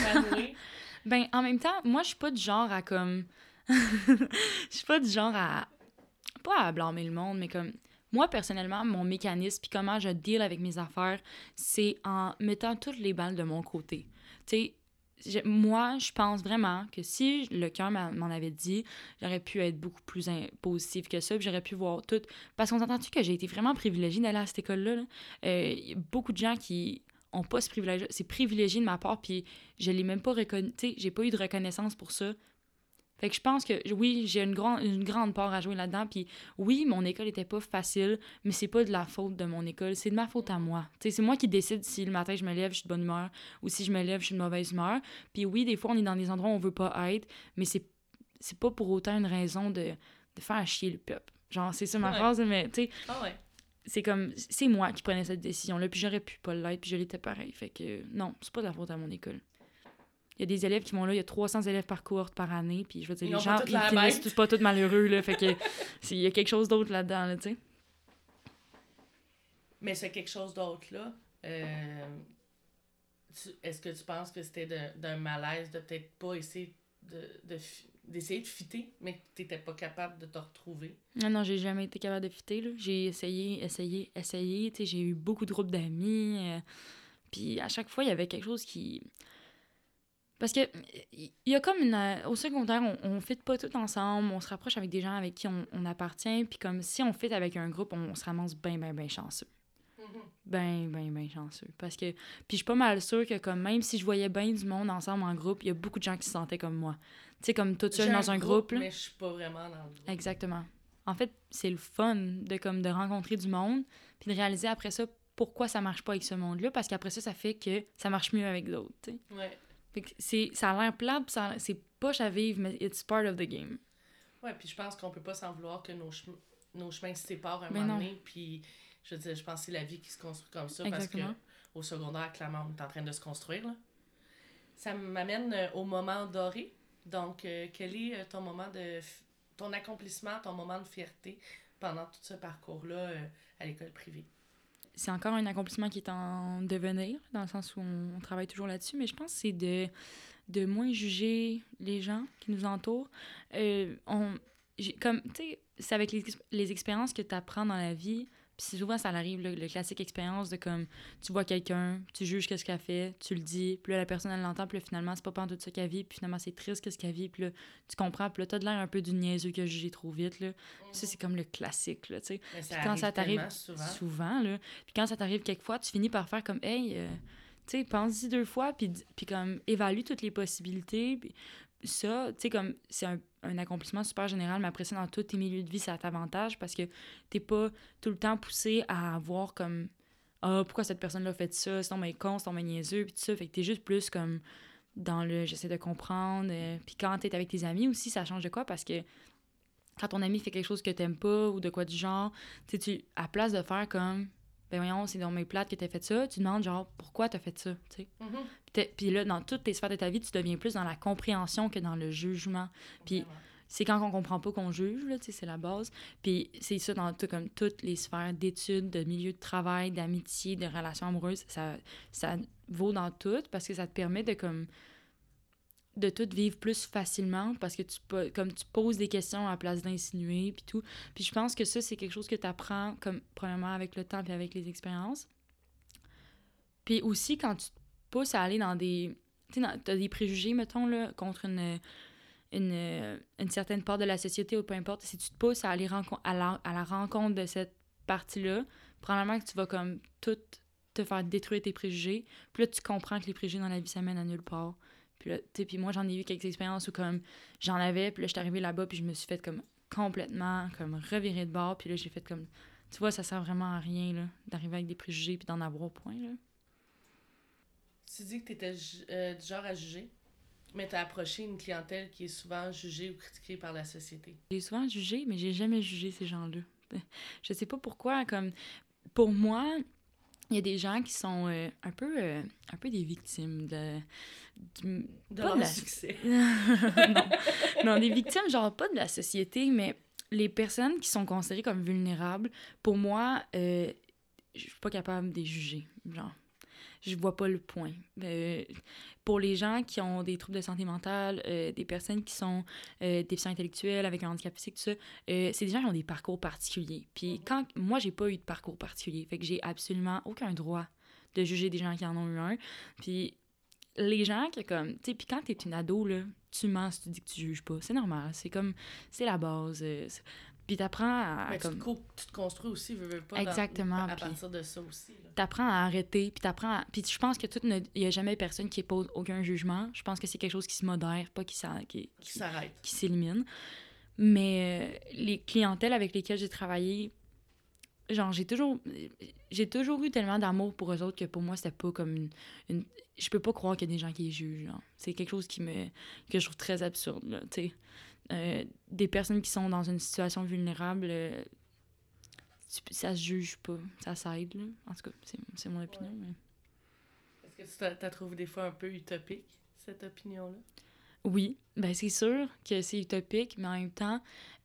Ben, en même temps, moi, je suis pas du genre à comme... Je suis pas du genre à... Pas à blâmer le monde, mais comme... Moi, personnellement, mon mécanisme puis comment je deal avec mes affaires, c'est en mettant toutes les balles de mon côté. Tu sais, moi, je pense vraiment que si le cœur m'en avait dit, j'aurais pu être beaucoup plus positive que ça, puis j'aurais pu voir tout. Parce qu'on s'entend-tu que j'ai été vraiment privilégiée d'aller à cette école-là? Y a beaucoup de gens qui ont pas ce privilège. C'est privilégié de ma part, puis je l'ai même pas reconnu. Tu sais, j'ai pas eu de reconnaissance pour ça. Fait que je pense que, oui, j'ai une grande part à jouer là-dedans. Puis oui, mon école était pas facile, mais c'est pas de la faute de mon école, c'est de ma faute à moi. T'sais, c'est moi qui décide si le matin je me lève, je suis de bonne humeur, ou si je me lève, je suis de mauvaise humeur. Puis oui, des fois, on est dans des endroits où on veut pas être, mais c'est pas pour autant une raison de faire chier le peuple. Genre, c'est ça ma phrase, mais tu sais... C'est comme, c'est moi qui prenais cette décision-là, puis j'aurais pu pas l'être, puis je l'étais pareil. Fait que non, c'est pas de la faute à mon école. Il y a des élèves qui vont là, il y a 300 élèves par cohorte par année, puis je veux dire, les gens, ils finissent tous pas tous malheureux, là, fait que il y a quelque chose d'autre là-dedans, là, tu sais. Mais ce quelque chose d'autre-là, est-ce que tu penses que c'était d'un malaise de peut-être pas essayer d'essayer de fitter, mais que t'étais pas capable de te retrouver? Non, j'ai jamais été capable de fitter, là. J'ai essayé, tu sais, j'ai eu beaucoup de groupes d'amis, puis à chaque fois, il y avait quelque chose qui... Parce que il y a comme au secondaire, on fit pas tout ensemble, on se rapproche avec des gens avec qui on appartient, puis comme si on fit avec un groupe, on se ramasse bien chanceux. Ben chanceux. Parce que... Puis je suis pas mal sûre que comme même si je voyais bien du monde ensemble en groupe, il y a beaucoup de gens qui se sentaient comme moi. Tu sais, comme toute seule dans un groupe, là. Mais je suis pas vraiment dans le groupe. Exactement. En fait, c'est le fun de rencontrer du monde, puis de réaliser après ça pourquoi ça marche pas avec ce monde-là, parce qu'après ça fait que ça marche mieux avec d'autres, tu sais. Ouais. Fait que ça a l'air plate, c'est poche à vivre, mais it's part of the game. Ouais, puis je pense qu'on peut pas s'en vouloir que nos chemins se séparent un moment donné, puis je veux dire, je pense que c'est la vie qui se construit comme ça. Exactement. Parce qu'au secondaire, clairement, on est en train de se construire, là. Ça m'amène au moment doré. Donc, quel est ton moment ton accomplissement, ton moment de fierté pendant tout ce parcours-là à l'école privée? C'est encore un accomplissement qui est en devenir, dans le sens où on travaille toujours là-dessus, mais je pense que c'est de moins juger les gens qui nous entourent. Comme, tu sais, c'est avec les expériences que tu apprends dans la vie, puis Puis souvent, ça arrive, là, le classique expérience de comme, tu vois quelqu'un, tu juges qu'est-ce qu'elle fait, tu le dis, puis là, la personne, elle l'entend, puis là, finalement, c'est pas pantoute ça qu'elle vit, puis finalement, c'est triste qu'est-ce qu'elle vit, puis là, tu comprends, puis là, t'as de l'air un peu du niaiseux qui a jugé trop vite, là. Ça, c'est comme le classique, là, tu sais. Mais Puis quand ça t'arrive, souvent, là, puis quand ça t'arrive quelquefois, tu finis par faire comme, hey, tu sais, pense-y 2 fois, puis comme, évalue toutes les possibilités, puis ça, tu sais, comme, c'est un accomplissement super général, mais après ça, dans tous tes milieux de vie, ça t'avantage parce que t'es pas tout le temps poussé à avoir comme ah, pourquoi cette personne-là a fait ça, c'est tombé con, c'est tombé niaiseux, puis tout ça. Fait que t'es juste plus comme dans le j'essaie de comprendre. Puis quand t'es avec tes amis aussi, ça change de quoi parce que quand ton ami fait quelque chose que t'aimes pas ou de quoi du genre, tu sais, à place de faire comme ben voyons, c'est dans mes plates que t'as fait ça, tu demandes genre pourquoi t'as fait ça, tu sais. Puis là, dans toutes tes sphères de ta vie, tu deviens plus dans la compréhension que dans le jugement. Puis c'est quand on comprend pas qu'on juge, là, tu sais, c'est la base. Puis c'est ça dans comme toutes les sphères d'études, de milieu de travail, d'amitié, de relations amoureuses, ça vaut dans tout parce que ça te permet de comme de tout vivre plus facilement parce que tu poses des questions à la place d'insinuer puis tout. Puis je pense que ça, c'est quelque chose que tu apprends comme premièrement avec le temps puis avec les expériences. Puis aussi, quand tu te pousses à aller dans des... Tu sais, t'as des préjugés, mettons, là, contre une certaine part de la société ou peu importe, si tu te pousses à aller à la rencontre de cette partie-là, probablement que tu vas comme tout te faire détruire tes préjugés. Puis là, tu comprends que les préjugés dans la vie, ça mène à nulle part. Puis là, tu sais, puis moi, j'en ai eu quelques expériences où comme j'en avais, puis là, je suis arrivée là-bas, puis je me suis fait comme complètement comme revirer de bord, puis là, j'ai fait comme... Tu vois, ça sert vraiment à rien, là, d'arriver avec des préjugés puis d'en avoir point, là. Tu dis que t'étais du genre à juger, mais t'as approché une clientèle qui est souvent jugée ou critiquée par la société. J'ai souvent jugé, mais j'ai jamais jugé ces gens-là. Je sais pas pourquoi, comme... Pour moi, il y a des gens qui sont un peu des victimes de leur succès. non, des victimes, genre pas de la société, mais les personnes qui sont considérées comme vulnérables, pour moi, je suis pas capable de les juger. Genre, je vois pas le point. Pour les gens qui ont des troubles de santé mentale, des personnes qui sont déficients intellectuels avec un handicap physique, tout ça, c'est des gens qui ont des parcours particuliers. Puis moi, j'ai pas eu de parcours particulier, fait que j'ai absolument aucun droit de juger des gens qui en ont eu un. Puis les gens qui, comme, tu sais, puis quand t'es une ado, là, tu mens si tu dis que tu juges pas. C'est normal, c'est comme, c'est la base. Puis t'apprends à... Mais comme... tu te construis aussi, veux pas, exactement, à partir de ça aussi. Là. T'apprends à arrêter, puis t'apprends à... Puis je pense que il n'y a jamais personne qui pose aucun jugement. Je pense que c'est quelque chose qui se modère, pas qui s'arrête. Qui s'élimine. Mais les clientèles avec lesquelles j'ai travaillé, genre, j'ai toujours eu tellement d'amour pour eux autres que pour moi, c'était pas comme une... Je peux pas croire qu'il y a des gens qui les jugent, genre. C'est quelque chose que je trouve très absurde, là, tu sais. Des personnes qui sont dans une situation vulnérable, ça se juge pas, ça s'aide, là. En tout cas, c'est mon opinion. Ouais. Mais... Est-ce que tu t'as trouvé des fois un peu utopique, cette opinion-là? Oui, ben c'est sûr que c'est utopique, mais en même temps,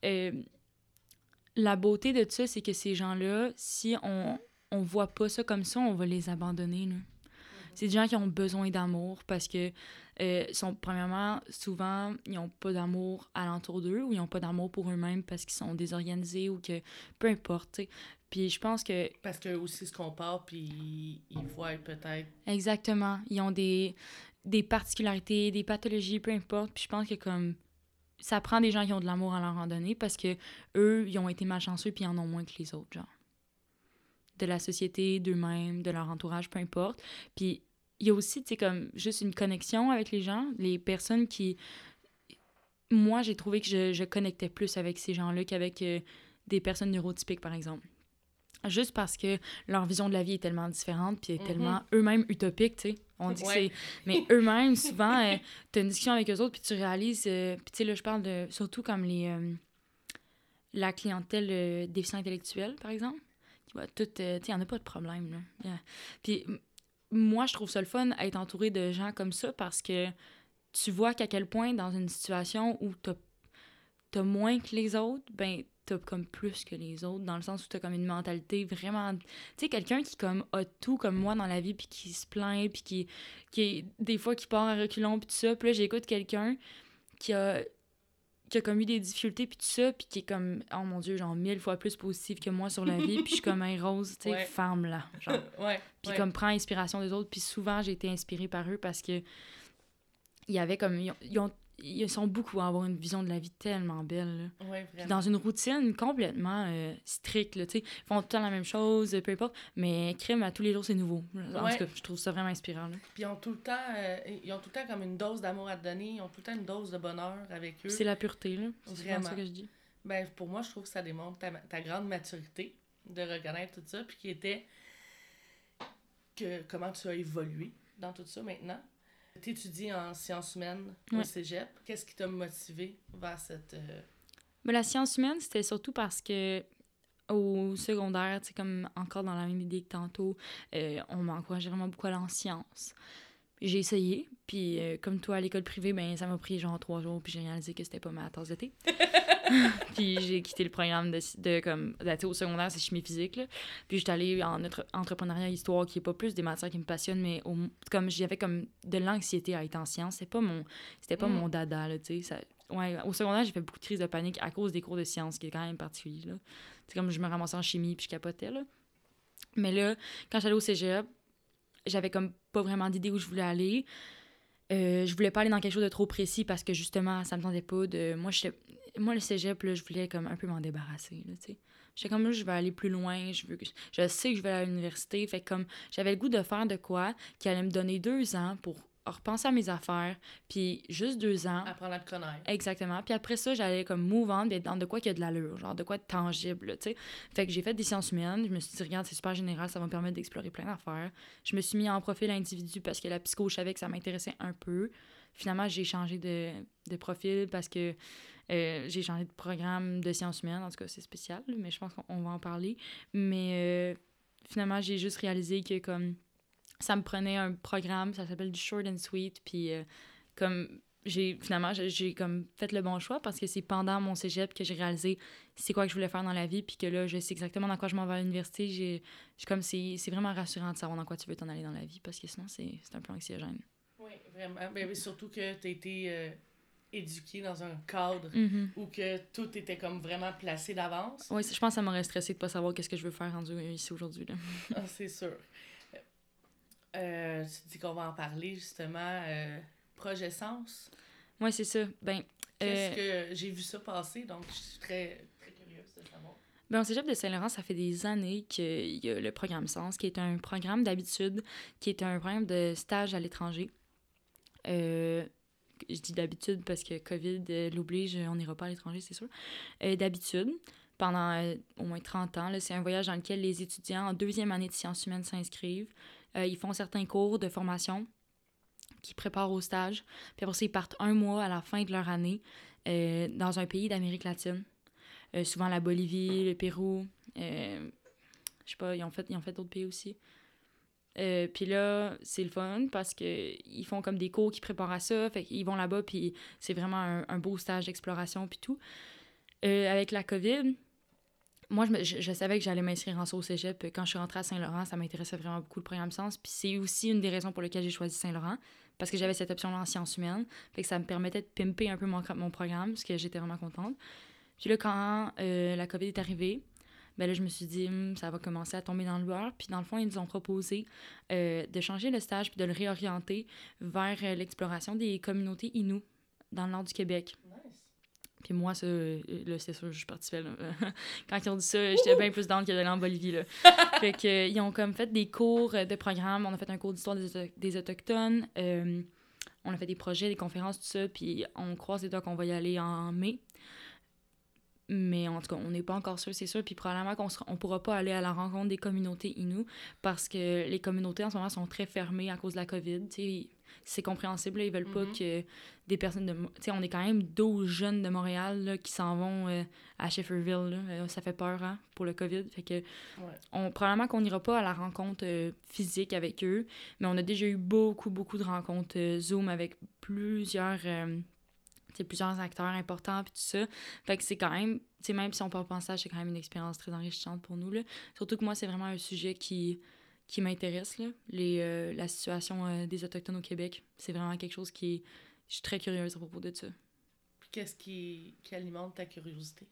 la beauté de ça, c'est que ces gens-là, si on voit pas ça comme ça, on va les abandonner, là. C'est des gens qui ont besoin d'amour parce que, premièrement, souvent, ils n'ont pas d'amour alentour d'eux ou ils n'ont pas d'amour pour eux-mêmes parce qu'ils sont désorganisés ou que... Peu importe, tu sais. Puis je pense que... Parce qu'eux aussi se comparent puis ils voient peut-être... Exactement. Ils ont des particularités, des pathologies, peu importe. Puis je pense que comme... Ça prend des gens qui ont de l'amour à leur en donner parce que eux, ils ont été malchanceux puis ils en ont moins que les autres, genre. De la société, d'eux-mêmes, de leur entourage, peu importe. Puis il y a aussi, tu sais, comme juste une connexion avec les gens, les personnes qui... Moi, j'ai trouvé que je connectais plus avec ces gens-là qu'avec des personnes neurotypiques, par exemple. Juste parce que leur vision de la vie est tellement différente puis est tellement eux-mêmes utopiques, tu sais. On dit que c'est... Mais eux-mêmes, souvent, t'as une discussion avec eux autres puis tu réalises... Puis tu sais, là, je parle de... Surtout comme la clientèle déficient intellectuel, par exemple. Tu sais, il n'y en a pas de problème, là. Yeah. Puis moi, je trouve ça le fun être entourée de gens comme ça parce que tu vois qu'à quel point, dans une situation où t'as moins que les autres, ben t'as comme plus que les autres, dans le sens où t'as comme une mentalité vraiment... Tu sais, quelqu'un qui comme a tout comme moi dans la vie, puis qui se plaint, puis qui des fois qui part à reculons, puis tout ça. Puis là, j'écoute quelqu'un qui a qui a comme eu des difficultés puis tout ça, puis qui est comme, oh mon Dieu, genre 1000 fois plus positive que moi sur la vie, puis je suis comme, hey, Rose, tu sais, femme-là, genre. Puis comme, prends inspiration des autres, puis souvent, j'ai été inspirée par eux parce que il y avait comme, ils sont beaucoup à avoir une vision de la vie tellement belle, là. Puis dans une routine complètement stricte, là, tu sais, ils font tout le temps la même chose, peu importe, mais crème à tous les jours, c'est nouveau. En tout cas, je trouve ça vraiment inspirant, là. Puis ils ont tout le temps comme une dose d'amour à te donner, ils ont tout le temps une dose de bonheur avec eux. C'est la pureté, là. C'est vraiment ça que je dis. Ben, pour moi, je trouve que ça démontre ta grande maturité de reconnaître tout ça, puis qui était comment tu as évolué dans tout ça maintenant. Tu étudies en sciences humaines au cégep. Qu'est-ce qui t'a motivé vers cette... Mais la science humaine, c'était surtout parce que au secondaire, tu sais, comme encore dans la même idée que tantôt, on m'encourageait vraiment beaucoup à aller en sciences. J'ai essayé, puis comme toi, à l'école privée, ben ça m'a pris genre 3 jours, puis j'ai réalisé que c'était pas ma tasse de thé. Puis j'ai quitté le programme de comme, tu sais, au secondaire, c'est chimie physique, là. Puis j'étais allée en entrepreneuriat histoire, qui est pas plus des matières qui me passionnent, mais comme j'avais comme de l'anxiété à être en sciences. C'était pas mon dada, là, tu sais. Au secondaire, j'ai fait beaucoup de crises de panique à cause des cours de sciences, qui est quand même particulier, là. C'est comme je me ramassais en chimie, puis je capotais, là. Mais là, quand j'allais au cégep, j'avais comme pas vraiment d'idée où je voulais aller. Je voulais pas aller dans quelque chose de trop précis parce que justement, ça me tentait pas de... Moi, le cégep, là, je voulais comme un peu m'en débarrasser, là, tu sais. J'étais comme, là, je vais aller plus loin, je sais que je vais aller à l'université. Fait comme, j'avais le goût de faire de quoi qui allait me donner 2 ans pour repenser à mes affaires, puis juste 2 ans. Apprendre à te connaître. Exactement. Puis après ça, j'allais comme move on, d'être dans de quoi qui a de l'allure, genre de quoi de tangible, tu sais. Fait que j'ai fait des sciences humaines. Je me suis dit, regarde, c'est super général, ça va me permettre d'explorer plein d'affaires. Je me suis mis en profil individu parce que la psycho, je savais que ça m'intéressait un peu. Finalement, j'ai changé de profil parce que j'ai changé de programme de sciences humaines. En tout cas, c'est spécial, mais je pense qu'on va en parler. Mais finalement, j'ai juste réalisé que comme ça me prenait un programme, ça s'appelle du Short and Sweet, puis comme j'ai comme fait le bon choix parce que c'est pendant mon cégep que j'ai réalisé c'est quoi que je voulais faire dans la vie, puis que là, je sais exactement dans quoi je m'en vais à l'université. J'ai comme c'est vraiment rassurant de savoir dans quoi tu veux t'en aller dans la vie, parce que sinon, c'est un peu anxiogène. Oui, vraiment. Mais surtout que tu as été éduquée dans un cadre où que tout était comme vraiment placé d'avance. Oui, je pense que ça m'aurait stressé de pas savoir qu'est-ce que je veux faire rendu ici aujourd'hui, là. Ah, c'est sûr. Tu dis qu'on va en parler, justement. Projet Sens. Oui, c'est ça. Ben, qu'est-ce que j'ai vu ça passer, donc je suis très, très curieuse de savoir. Ben, au cégep de Saint-Laurent, ça fait des années qu'il y a le programme Sens, qui est un programme d'habitude, qui est un programme de stage à l'étranger. Je dis d'habitude parce que COVID l'oblige, on n'ira pas à l'étranger, c'est sûr. D'habitude, pendant au moins 30 ans, là, c'est un voyage dans lequel les étudiants en 2e année de sciences humaines s'inscrivent. Ils font certains cours de formation qui préparent au stage. Puis après ça, ils partent 1 mois à la fin de leur année dans un pays d'Amérique latine. Souvent la Bolivie, le Pérou. Je sais pas, ils ont fait d'autres pays aussi. Puis là, c'est le fun parce qu'ils font comme des cours qui préparent à ça. Fait qu'ils vont là-bas, puis c'est vraiment un beau stage d'exploration, puis tout. Avec la COVID, moi, je savais que j'allais m'inscrire en saut au cégep. Quand je suis rentrée à Saint-Laurent, ça m'intéressait vraiment beaucoup le programme Sens. Puis c'est aussi une des raisons pour lesquelles j'ai choisi Saint-Laurent, parce que j'avais cette option-là en sciences humaines. Fait que ça me permettait de pimper un peu mon programme, parce que j'étais vraiment contente. Puis là, quand la COVID est arrivée, ben là, je me suis dit, ça va commencer à tomber dans le beurre. Puis dans le fond, ils nous ont proposé de changer le stage puis de le réorienter vers l'exploration des communautés Innu dans le nord du Québec. Nice. Puis moi, ça, là, c'est sûr, je suis partie là. Quand ils ont dit ça, j'étais bien plus down que d'aller en Bolivie, là. Fait que, ils ont comme fait des cours de programme. On a fait un cours d'histoire des Autochtones. On a fait des projets, des conférences, tout ça. Puis on croise les doigts qu'on va y aller en mai. Mais en tout cas, on n'est pas encore sûr, c'est sûr. Puis probablement qu'on ne pourra pas aller à la rencontre des communautés Innu parce que les communautés en ce moment sont très fermées à cause de la COVID. T'sais, c'est compréhensible, là, ils veulent pas que des personnes de... Tu sais, on est quand même 12 jeunes de Montréal là, qui s'en vont à Shefferville. Là. Ça fait peur pour le COVID. Fait que probablement qu'on n'ira pas à la rencontre physique avec eux, mais on a déjà eu beaucoup de rencontres Zoom avec plusieurs acteurs importants puis tout ça. Fait que c'est quand même, tu sais, même si on peut pas penser à ça, c'est quand même une expérience très enrichissante pour nous, là. Surtout que moi, c'est vraiment un sujet qui m'intéresse, là. La situation des Autochtones au Québec. C'est vraiment quelque chose je suis très curieuse à propos de ça. Puis qu'est-ce qui alimente ta curiosité?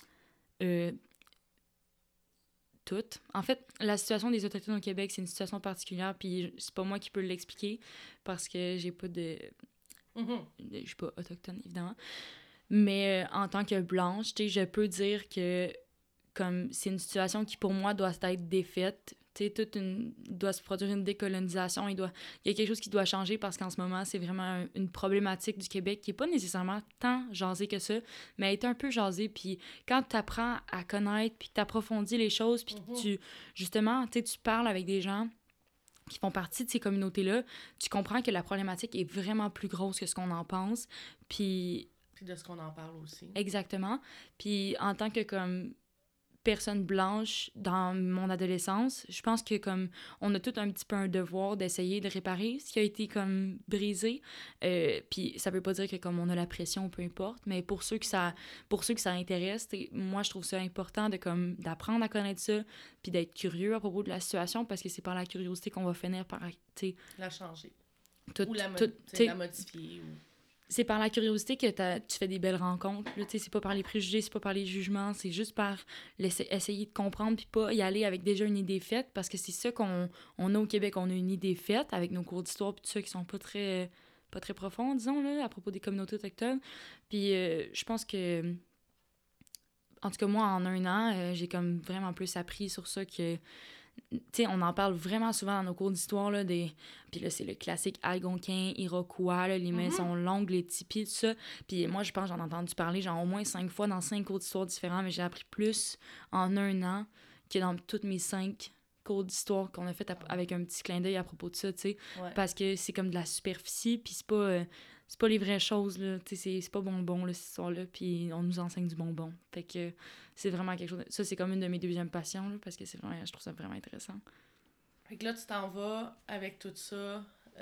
Tout. En fait, la situation des Autochtones au Québec, c'est une situation particulière, puis c'est pas moi qui peux l'expliquer, parce que j'ai pas de... Je suis pas autochtone, évidemment. Mais en tant que blanche, tu sais, je peux dire que comme c'est une situation qui, pour moi, doit être défaite. Tu sais, doit se produire une décolonisation. Il y a quelque chose qui doit changer parce qu'en ce moment, c'est vraiment une problématique du Québec qui n'est pas nécessairement tant jasée que ça, mais elle est un peu jasée. Puis quand tu apprends à connaître, puis que tu approfondis les choses, puis que justement, tu parles avec des gens qui font partie de ces communautés-là, tu comprends que la problématique est vraiment plus grosse que ce qu'on en pense. Puis de ce qu'on en parle aussi. Exactement. Puis en tant que comme personne blanche dans mon adolescence, je pense que comme on a tout un petit peu un devoir d'essayer de réparer ce qui a été comme brisé. Puis ça veut pas dire que comme on a la pression, peu importe, mais pour ceux que ça intéresse, moi je trouve ça important de comme d'apprendre à connaître ça, puis d'être curieux à propos de la situation parce que c'est par la curiosité qu'on va finir par la changer. Ou la modifier. C'est par la curiosité que tu fais des belles rencontres. Là, c'est pas par les préjugés, c'est pas par les jugements, c'est juste par essayer de comprendre puis pas y aller avec déjà une idée faite parce que c'est ça qu'on a au Québec. On a une idée faite avec nos cours d'histoire puis tout ça qui sont pas très profonds, disons, là, à propos des communautés autochtones. Puis je pense que... En tout cas, moi, en 1 an, j'ai comme vraiment plus appris sur ça que... Tu sais, on en parle vraiment souvent dans nos cours d'histoire, là, puis là, c'est le classique Algonquin, Iroquois, là, les maisons longues, les tipis, tout ça. Puis moi, je pense que j'en ai entendu parler genre au moins 5 fois dans 5 cours d'histoire différents, mais j'ai appris plus en 1 an que dans toutes mes 5 cours d'histoire qu'on a fait avec un petit clin d'œil à propos de ça, tu sais. Ouais. Parce que c'est comme de la superficie, puis c'est pas les vraies choses, là. Tu sais, c'est pas bonbon, là, cette histoire-là, puis on nous enseigne du bonbon. Fait que c'est vraiment quelque chose... Ça, c'est comme une de mes deuxièmes passions, là, parce que je trouve ça vraiment intéressant. Fait que là, tu t'en vas avec tout ça,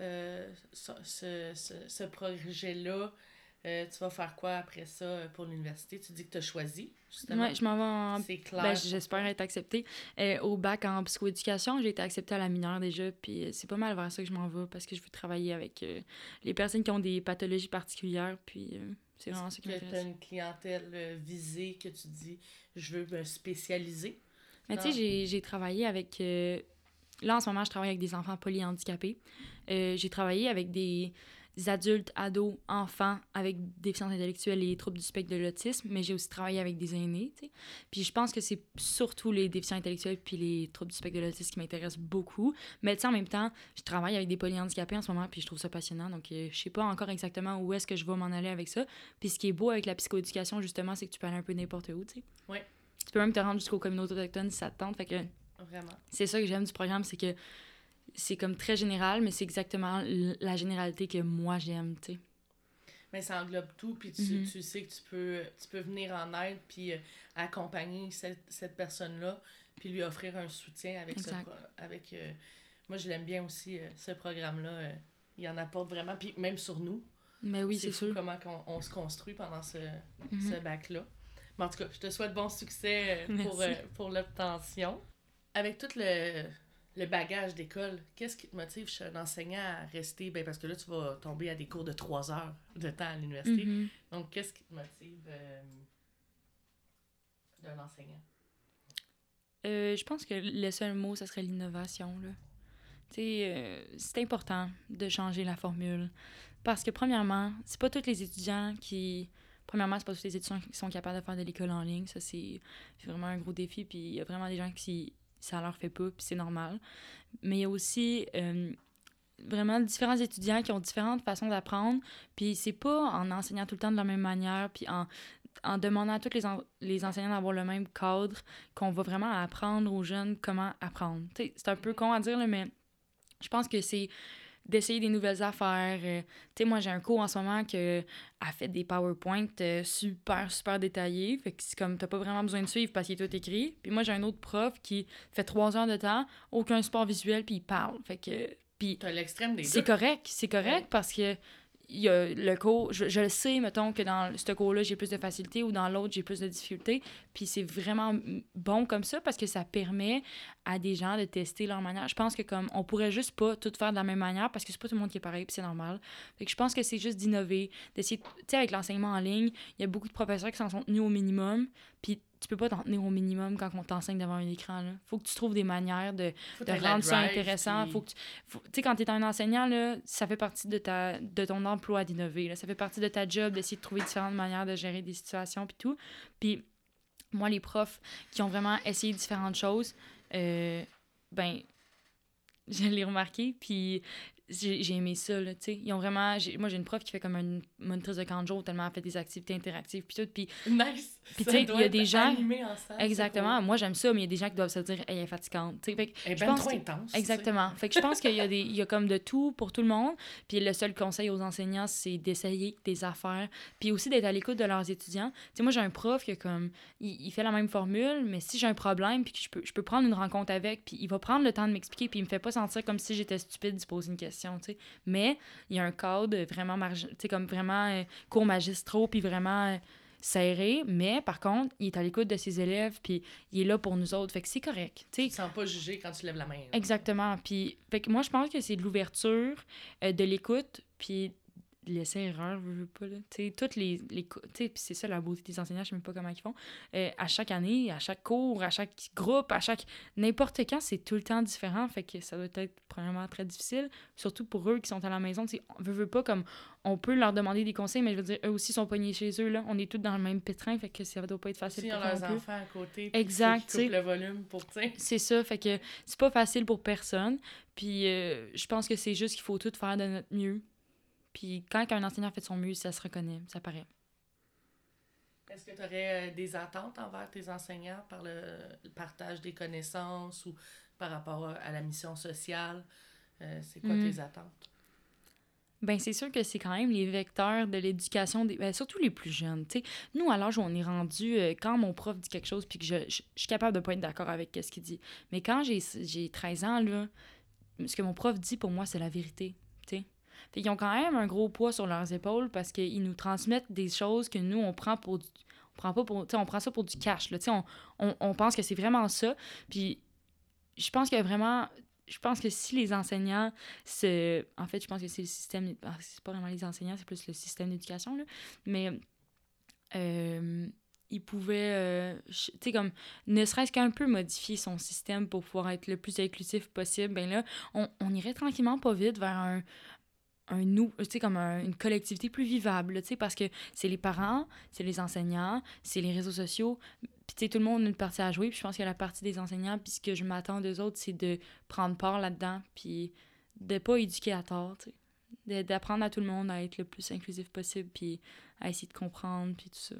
ce projet-là. Tu vas faire quoi après ça pour l'université? Tu dis que tu as choisi, justement. Oui, je m'en vais en... C'est clair. Ben, j'espère être acceptée. Au bac en psychoéducation, j'ai été acceptée à la mineure déjà, puis c'est pas mal vers ça que je m'en vais, parce que je veux travailler avec les personnes qui ont des pathologies particulières, puis c'est vraiment ça qui m'intéresse. Tu as une clientèle visée que tu dis, je veux me spécialiser? Mais tu sais, j'ai travaillé avec... Là, en ce moment, je travaille avec des enfants polyhandicapés. J'ai travaillé avec des adultes, ados, enfants avec déficience intellectuelle et troubles du spectre de l'autisme, mais j'ai aussi travaillé avec des aînés, tu sais. Puis je pense que c'est surtout les déficients intellectuels puis les troubles du spectre de l'autisme qui m'intéressent beaucoup. Mais tu sais, en même temps, je travaille avec des polyhandicapés en ce moment, puis je trouve ça passionnant. Donc, je sais pas encore exactement où est-ce que je vais m'en aller avec ça. Puis ce qui est beau avec la psychoéducation, justement, c'est que tu peux aller un peu n'importe où, tu sais. Oui. Tu peux même te rendre jusqu'aux communautés autochtones si ça te tente. Fait que vraiment. C'est ça que j'aime du programme, c'est que c'est comme très général, mais c'est exactement la généralité que moi j'aime, tu sais. Mais ça englobe tout, puis tu sais que tu peux venir en aide, puis accompagner cette personne-là, puis lui offrir un soutien avec moi, je l'aime bien aussi, ce programme-là. Il en apporte vraiment, puis même sur nous. Mais oui, c'est sûr. Comment on se construit pendant ce bac-là. Mais en tout cas, je te souhaite bon succès pour l'obtention. Avec tout le bagage d'école, qu'est-ce qui te motive chez un enseignant à rester? Ben parce que là, tu vas tomber à des cours de 3 heures de temps à l'université. Donc, qu'est-ce qui te motive d'un enseignant? Je pense que le seul mot, ça serait l'innovation, là. Tu sais, c'est important de changer la formule. Parce que, premièrement, c'est pas tous les étudiants qui... Premièrement, c'est pas tous les étudiants qui sont capables de faire de l'école en ligne. Ça, c'est vraiment un gros défi. Puis il y a vraiment des gens qui... ça leur fait pas, puis c'est normal. Mais il y a aussi vraiment différents étudiants qui ont différentes façons d'apprendre, puis c'est pas en enseignant tout le temps de la même manière, puis en demandant à tous les enseignants d'avoir le même cadre qu'on va vraiment apprendre aux jeunes comment apprendre. T'sais, c'est un peu con à dire, là, mais je pense que c'est d'essayer des nouvelles affaires. Tu sais, moi, j'ai un cours en ce moment qui a fait des PowerPoint super détaillés. Fait que c'est comme, t'as pas vraiment besoin de suivre parce qu'il est tout écrit. Puis moi, j'ai un autre prof qui fait 3 heures de temps, aucun support visuel, puis il parle. Fait que... Puis t'as l'extrême des deux. C'est correct parce que il y a le cours, je le sais, mettons, que dans ce cours-là, j'ai plus de facilité ou dans l'autre, j'ai plus de difficulté. Puis c'est vraiment bon comme ça parce que ça permet à des gens de tester leur manière. Je pense que comme on pourrait juste pas tout faire de la même manière parce que c'est pas tout le monde qui est pareil, puis c'est normal. Fait que je pense que c'est juste d'innover, d'essayer... Tu sais, avec l'enseignement en ligne, il y a beaucoup de professeurs qui s'en sont tenus au minimum, puis tu peux pas t'en tenir au minimum quand on t'enseigne devant un écran, là. Faut que tu trouves des manières de rendre ça intéressant. Faut que tu sais, quand t'es un enseignant, là, ça fait partie de ton emploi d'innover, là. Ça fait partie de ta job d'essayer de trouver différentes manières de gérer des situations puis tout. Puis moi, les profs qui ont vraiment essayé différentes choses, ben, je l'ai remarqué, puis j'ai aimé ça, là, tu sais. Ils ont vraiment... Moi, j'ai une prof qui fait comme une monitrice de camp de jour, tellement elle fait des activités interactives, puis tout, puis... Nice! Puis, tu sais, il y a des gens... En salle, exactement. Moi, j'aime ça, mais il y a des gens qui doivent se dire « Hey, elle est fatigante. » Tu sais, fait que elle est je ben pense trop que... intense. Exactement. Fait que je pense qu'il y a comme de tout pour tout le monde. Puis le seul conseil aux enseignants, c'est d'essayer des affaires. Puis aussi d'être à l'écoute de leurs étudiants. Tu sais, moi, j'ai un prof qui, comme... Il fait la même formule, mais si j'ai un problème, puis que je peux prendre une rencontre avec, puis il va prendre le temps de m'expliquer, puis il me fait pas sentir comme si j'étais stupide d'y poser une question, tu sais. Mais il y a un cadre vraiment tu sais, comme vraiment cours magistraux, puis vraiment serré, mais par contre, il est à l'écoute de ses élèves, puis il est là pour nous autres, fait que c'est correct. Tu te sens pas jugé quand tu lèves la main. Là. Exactement, puis fait que moi, je pense que c'est de l'ouverture, de l'écoute, puis l'essai-erreur, je veux pas, là. Tu sais, toutes les tu sais, puis c'est ça la beauté des enseignants, je sais même pas comment ils font. À chaque année, à chaque cours, à chaque groupe, à chaque... N'importe quand, c'est tout le temps différent, fait que ça doit être premièrement très difficile, surtout pour eux qui sont à la maison, tu sais, on veut pas comme... On peut leur demander des conseils, mais je veux dire, eux aussi sont pognés chez eux, là. On est tous dans le même pétrin, fait que ça doit pas être facile pour eux. Ils ont leurs enfants à côté, puis exact, ils coupent le volume pour, tu sais... C'est ça, fait que c'est pas facile pour personne, puis je pense que c'est juste qu'il faut tout faire de notre mieux. Puis quand un enseignant fait de son mieux, ça se reconnaît, ça paraît. Est-ce que tu aurais des attentes envers tes enseignants par le partage des connaissances ou par rapport à la mission sociale? C'est quoi tes attentes? Ben c'est sûr que c'est quand même les vecteurs de l'éducation, surtout les plus jeunes. T'sais. Nous, à l'âge où on est rendu, quand mon prof dit quelque chose puis que je suis capable de pas être d'accord avec ce qu'il dit. Mais quand j'ai 13 ans, là, ce que mon prof dit, pour moi, c'est la vérité. T'sais. Fait qu'ils ont quand même un gros poids sur leurs épaules parce qu'ils nous transmettent des choses que nous, on prend pour on prend ça pour du cash. Là, on pense que c'est vraiment ça. Puis je pense que si les enseignants en fait, je pense que c'est le système... C'est pas vraiment les enseignants, c'est plus le système d'éducation, là. Mais ils pouvaient, tu sais, comme, ne serait-ce qu'un peu modifier son système pour pouvoir être le plus inclusif possible, ben là, on irait tranquillement pas vite vers une collectivité plus vivable, tu sais, parce que c'est les parents, c'est les enseignants, c'est les réseaux sociaux, puis tu sais, tout le monde a une partie à jouer, puis je pense que la partie des enseignants, puis ce que je m'attends d'eux autres, c'est de prendre part là-dedans, puis de pas éduquer à tort, tu sais, d'apprendre à tout le monde à être le plus inclusif possible, puis à essayer de comprendre, puis tout ça.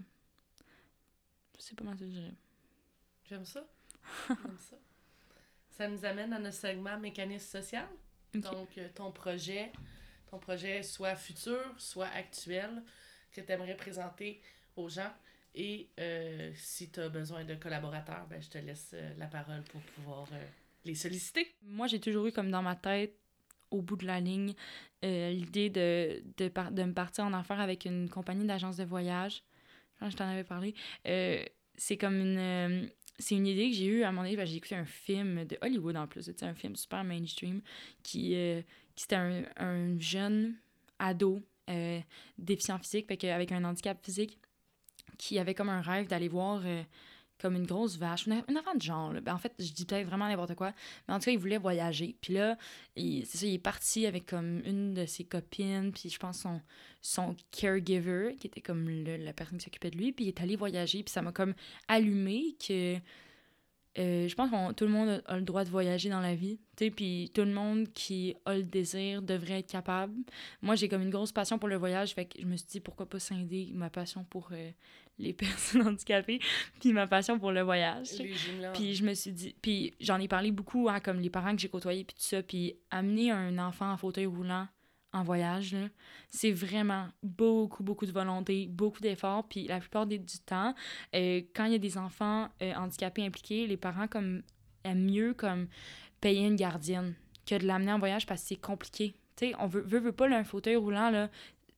C'est pas mal ça que je dirais. J'aime ça. J'aime ça. Ça nous amène à notre segment mécanisme social. Okay. Donc, ton projet soit futur, soit actuel, que tu aimerais présenter aux gens. Et si tu as besoin de collaborateurs, ben, je te laisse la parole pour pouvoir les solliciter. Moi, j'ai toujours eu comme dans ma tête, au bout de la ligne, l'idée de me partir en affaires avec une compagnie d'agence de voyage. Je t'en avais parlé. C'est comme c'est une idée que j'ai eue à mon avis. J'ai écouté un film de Hollywood en plus. C'est un film super mainstream qui c'était un jeune ado déficient physique, avec un handicap physique, qui avait comme un rêve d'aller voir comme une grosse vache, une enfant de genre. Là. Ben, en fait, je dis peut-être vraiment n'importe quoi, mais en tout cas, il voulait voyager. Puis là, il est parti avec comme une de ses copines, puis je pense son caregiver, qui était comme la personne qui s'occupait de lui, puis il est allé voyager, puis ça m'a comme allumé que je pense que tout le monde a le droit de voyager dans la vie, tu sais, puis tout le monde qui a le désir devrait être capable. Moi, j'ai comme une grosse passion pour le voyage, fait que je me suis dit, pourquoi pas scinder ma passion pour les personnes handicapées, puis ma passion pour le voyage. Puis je me suis dit, puis j'en ai parlé beaucoup, hein, comme les parents que j'ai côtoyés, puis tout ça, puis amener un enfant en fauteuil roulant en voyage, là, c'est vraiment beaucoup, beaucoup de volonté, beaucoup d'efforts, puis la plupart du temps, quand il y a des enfants handicapés impliqués, les parents comme aiment mieux comme payer une gardienne que de l'amener en voyage parce que c'est compliqué. Tu sais, on veut pas là, un fauteuil roulant, là,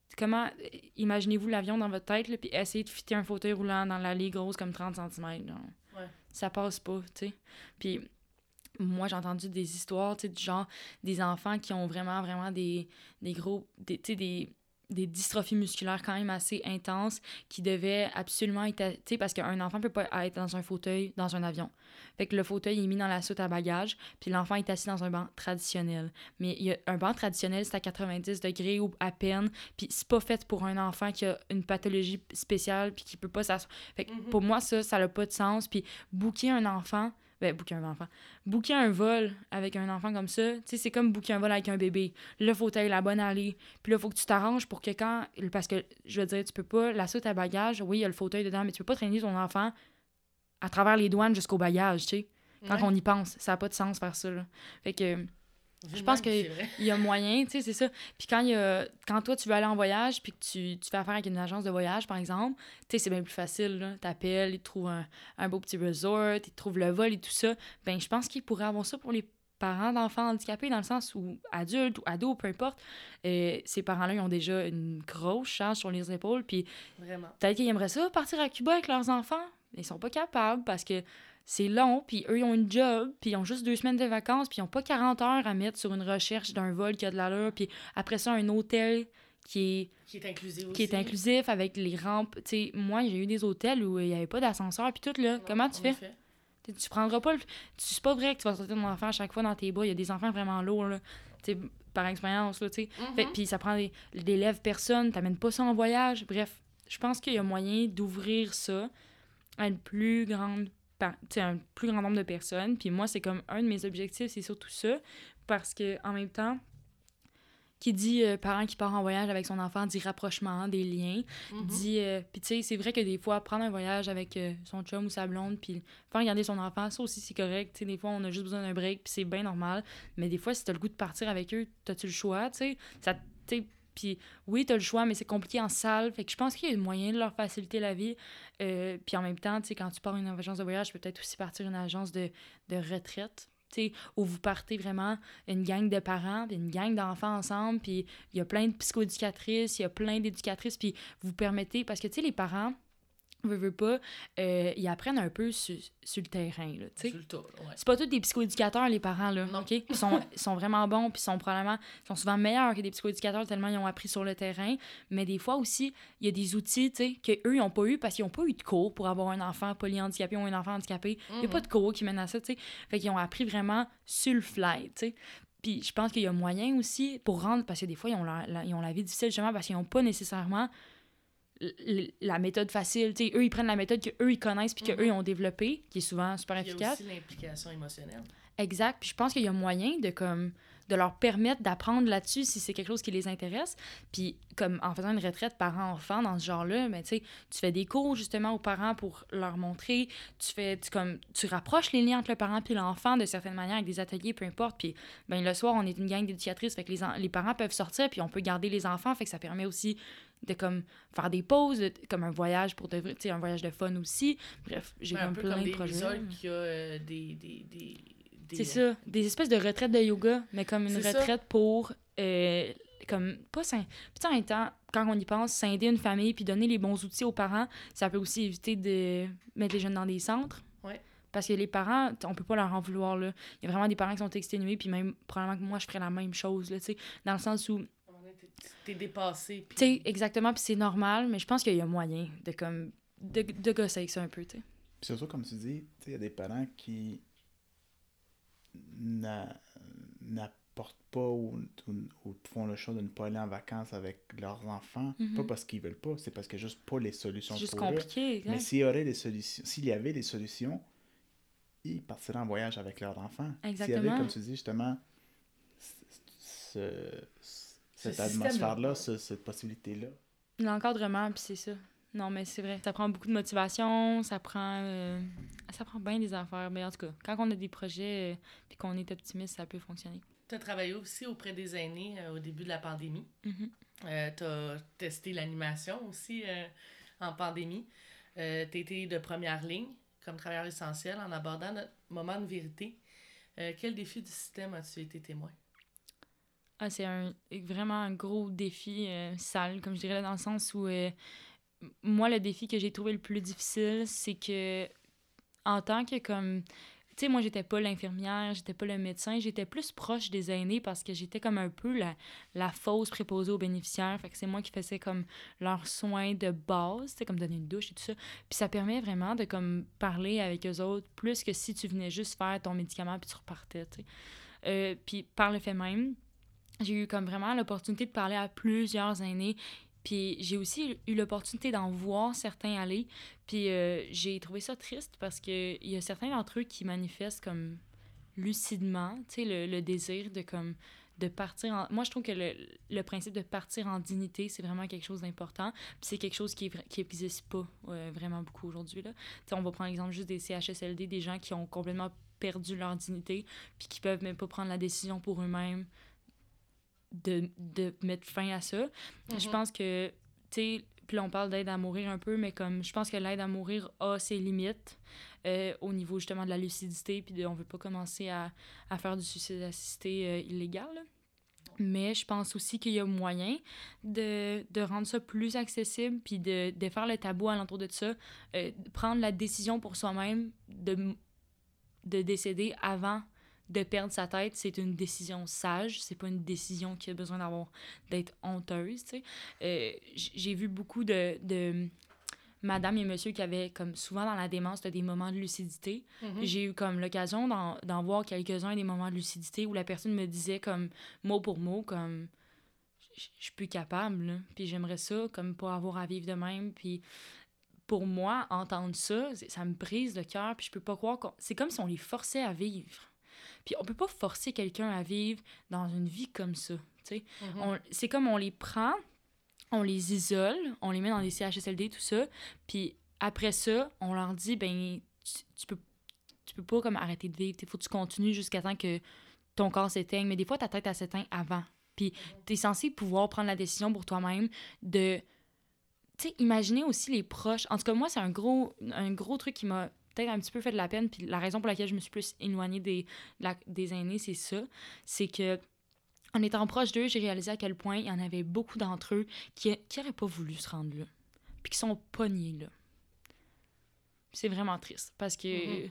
comment... Imaginez-vous l'avion dans votre tête, là, puis essayez de fitter un fauteuil roulant dans l'allée grosse comme 30 cm. Genre. Ouais. Ça passe pas, tu sais. Puis moi, j'ai entendu des histoires, tu sais, du genre des enfants qui ont vraiment, vraiment des gros... tu sais, des dystrophies musculaires quand même assez intenses qui devaient absolument être... Tu sais, parce qu'un enfant peut pas être dans un fauteuil dans un avion. Fait que le fauteuil est mis dans la soute à bagages, puis l'enfant est assis dans un banc traditionnel. Mais il y a un banc traditionnel, c'est à 90 degrés ou à peine, puis c'est pas fait pour un enfant qui a une pathologie spéciale puis qui peut pas s'asseoir. Fait que pour moi, ça n'a pas de sens. Puis booker un enfant... Booker un vol avec un enfant comme ça, tu sais, c'est comme booker un vol avec un bébé. Le fauteuil, la bonne allée. Puis là, il faut que tu t'arranges pour que quand... Parce que, je veux dire, tu peux pas... La soute à bagages, oui, il y a le fauteuil dedans, mais tu peux pas traîner ton enfant à travers les douanes jusqu'au bagage, tu sais. Quand on y pense, ça n'a pas de sens faire ça, là. Fait que... Je pense qu'il y a moyen, tu sais, c'est ça. Puis quand toi, tu veux aller en voyage, puis que tu fais affaire avec une agence de voyage, par exemple, tu sais, c'est bien plus facile, là. T'appelles, ils te trouvent un beau petit resort, ils te trouvent le vol et tout ça. Ben, je pense qu'ils pourraient avoir ça pour les parents d'enfants handicapés, dans le sens où adultes ou ados, peu importe, ces parents-là, ils ont déjà une grosse charge sur les épaules, puis peut-être qu'ils aimeraient ça, partir à Cuba avec leurs enfants. Ils sont pas capables, parce que c'est long, puis eux, ils ont une job, puis ils ont juste 2 semaines de vacances, puis ils n'ont pas 40 heures à mettre sur une recherche d'un vol qui a de l'allure, puis après ça, un hôtel qui est inclusif aussi. Qui est inclusif avec les rampes. Tu sais, moi, j'ai eu des hôtels où il n'y avait pas d'ascenseur, puis tout, là. Non, comment tu fais? Tu prendras pas c'est pas vrai que tu vas sortir ton enfant à chaque fois dans tes bras. Il y a des enfants vraiment lourds, là. Tu sais, par expérience, là, tu sais. Puis ça prend des lèvres personnes, t'amènes pas ça en voyage. Bref, je pense qu'il y a moyen d'ouvrir ça à une plus grande un plus grand nombre de personnes. Puis moi, c'est comme un de mes objectifs, c'est surtout ça. Parce que en même temps, qui dit parent qui part en voyage avec son enfant, dit rapprochement, des liens. Dit... puis tu sais, c'est vrai que des fois, prendre un voyage avec son chum ou sa blonde, puis faire regarder son enfant, ça aussi, c'est correct. Tu sais, des fois, on a juste besoin d'un break, puis c'est bien normal. Mais des fois, si t'as le goût de partir avec eux, t'as-tu le choix, tu sais? Puis oui, t'as le choix, mais c'est compliqué en salle. Fait que je pense qu'il y a moyen de leur faciliter la vie. Puis en même temps, tu sais, quand tu pars une agence de voyage, peut-être aussi partir une agence de retraite, tu sais, où vous partez vraiment une gang de parents, puis une gang d'enfants ensemble, puis il y a plein de psychoéducatrices, il y a plein d'éducatrices, puis vous permettez... Parce que, tu sais, les parents... veut pas, ils apprennent un peu sur le terrain, là, tu sais. Sur le tas, ouais. C'est pas tous des psychoéducateurs, les parents, là, non. OK? Ils sont vraiment bons, puis ils sont souvent meilleurs que des psychoéducateurs tellement ils ont appris sur le terrain, mais des fois aussi, il y a des outils, tu sais, qu'eux, ils n'ont pas eu parce qu'ils n'ont pas eu de cours pour avoir un enfant polyhandicapé ou un enfant handicapé. Il n'y a pas de cours qui mènent à ça, tu sais. Fait qu'ils ont appris vraiment sur le fly, tu sais. Puis je pense qu'il y a moyen aussi pour rendre... Parce que des fois, ils ont la vie difficile, justement, parce qu'ils n'ont pas nécessairement... la méthode facile, tu sais, eux ils prennent la méthode qu'eux ils connaissent puis qu'eux ils ont développée, qui est souvent super efficace. Il y a aussi l'implication émotionnelle. Exact, puis je pense qu'il y a moyen de leur permettre d'apprendre là-dessus si c'est quelque chose qui les intéresse. Puis comme en faisant une retraite parent-enfant dans ce genre-là, mais tu sais, tu fais des cours justement aux parents pour leur montrer, tu rapproches les liens entre le parent puis l'enfant de certaines manières avec des ateliers, peu importe. Puis ben le soir, on est une gang d'éducatrices, fait que les parents peuvent sortir puis on peut garder les enfants, fait que ça permet aussi de comme faire des pauses, comme un voyage pour de vrai, tu sais, un voyage de fun aussi. Bref, j'ai comme plein de projets. Un peu comme des qui a c'est ça, des espèces de retraites de yoga, mais comme une retraite pour comme pas puis en même temps, quand on y pense, scinder une famille puis donner les bons outils aux parents, ça peut aussi éviter de mettre les jeunes dans des centres. Ouais. Parce que les parents, on peut pas leur en vouloir, là. Il y a vraiment des parents qui sont exténués, puis même probablement que moi je ferais la même chose, là, tu sais, dans le sens où t'es dépassé. Tu sais, exactement, puis c'est normal, mais je pense qu'il y a moyen de gosser avec ça un peu, tu sais. Puis surtout, comme tu dis, il y a des parents qui n'apportent pas ou font le choix de ne pas aller en vacances avec leurs enfants, pas parce qu'ils veulent pas, c'est parce qu'il n'y a juste pas les solutions juste pour compliqué, eux. Mais s'il y avait des solutions, ils partiraient en voyage avec leurs enfants. Exactement. S'il y avait, comme tu dis, justement, cette atmosphère-là, cette possibilité-là. L'encadrement, puis c'est ça. Non, mais c'est vrai. Ça prend beaucoup de motivation, ça prend bien des affaires. Mais en tout cas, quand on a des projets puis qu'on est optimiste, ça peut fonctionner. Tu as travaillé aussi auprès des aînés au début de la pandémie. Tu as testé l'animation aussi en pandémie. Tu as été de première ligne comme travailleur essentiel en abordant notre moment de vérité. Quel défi du système as-tu été témoin? Ah, c'est vraiment un gros défi sale, comme je dirais, dans le sens où moi, le défi que j'ai trouvé le plus difficile, c'est que en tant que comme... Tu sais, moi, j'étais pas l'infirmière, j'étais pas le médecin, j'étais plus proche des aînés parce que j'étais comme un peu la fausse préposée aux bénéficiaires. Fait que c'est moi qui faisais comme leurs soins de base, c'était comme donner une douche et tout ça. Puis ça permet vraiment de comme parler avec eux autres plus que si tu venais juste faire ton médicament puis tu repartais, tu sais. Puis par le fait même, j'ai eu comme vraiment l'opportunité de parler à plusieurs aînés. Puis j'ai aussi eu l'opportunité d'en voir certains aller. Puis j'ai trouvé ça triste parce qu'il y a certains d'entre eux qui manifestent comme lucidement, tu sais, le désir de comme de partir en... Moi, je trouve que le principe de partir en dignité, c'est vraiment quelque chose d'important. Puis c'est quelque chose qui n'existe pas vraiment beaucoup aujourd'hui, là. Tu sais, on va prendre l'exemple juste des CHSLD, des gens qui ont complètement perdu leur dignité puis qui peuvent même pas prendre la décision pour eux-mêmes de mettre fin à ça. Je pense que, tu sais, puis là, on parle d'aide à mourir un peu, mais comme je pense que l'aide à mourir a ses limites au niveau justement de la lucidité, puis on veut pas commencer à faire du suicide assisté illégal, là. Mais je pense aussi qu'il y a moyen de rendre ça plus accessible, puis de faire le tabou alentour de ça, prendre la décision pour soi-même de décéder avant de perdre sa tête, c'est une décision sage, c'est pas une décision qui a besoin d'être honteuse, tu sais. J'ai vu beaucoup de madame et monsieur qui avaient, comme souvent dans la démence, des moments de lucidité. J'ai eu comme l'occasion d'en voir quelques-uns des moments de lucidité où la personne me disait comme mot pour mot, comme je suis plus capable, là. Puis j'aimerais ça, comme pas avoir à vivre de même, puis pour moi, entendre ça, ça me brise le cœur, puis je peux pas croire c'est comme si on les forçait à vivre. Puis on peut pas forcer quelqu'un à vivre dans une vie comme ça, tu sais. C'est comme on les prend, on les isole, on les met dans des CHSLD, tout ça, puis après ça, on leur dit, ben, tu peux pas comme arrêter de vivre, il faut que tu continues jusqu'à temps que ton corps s'éteigne, mais des fois, ta tête, elle s'éteint avant. Puis t'es censé pouvoir prendre la décision pour toi-même de... Tu sais, imaginer aussi les proches. En tout cas, moi, c'est un gros truc qui m'a peut-être un petit peu fait de la peine, puis la raison pour laquelle je me suis plus éloignée des aînés, c'est ça. C'est que en étant proche d'eux, j'ai réalisé à quel point il y en avait beaucoup d'entre eux qui n'auraient pas voulu se rendre là, puis qui sont pognés là. C'est vraiment triste, parce que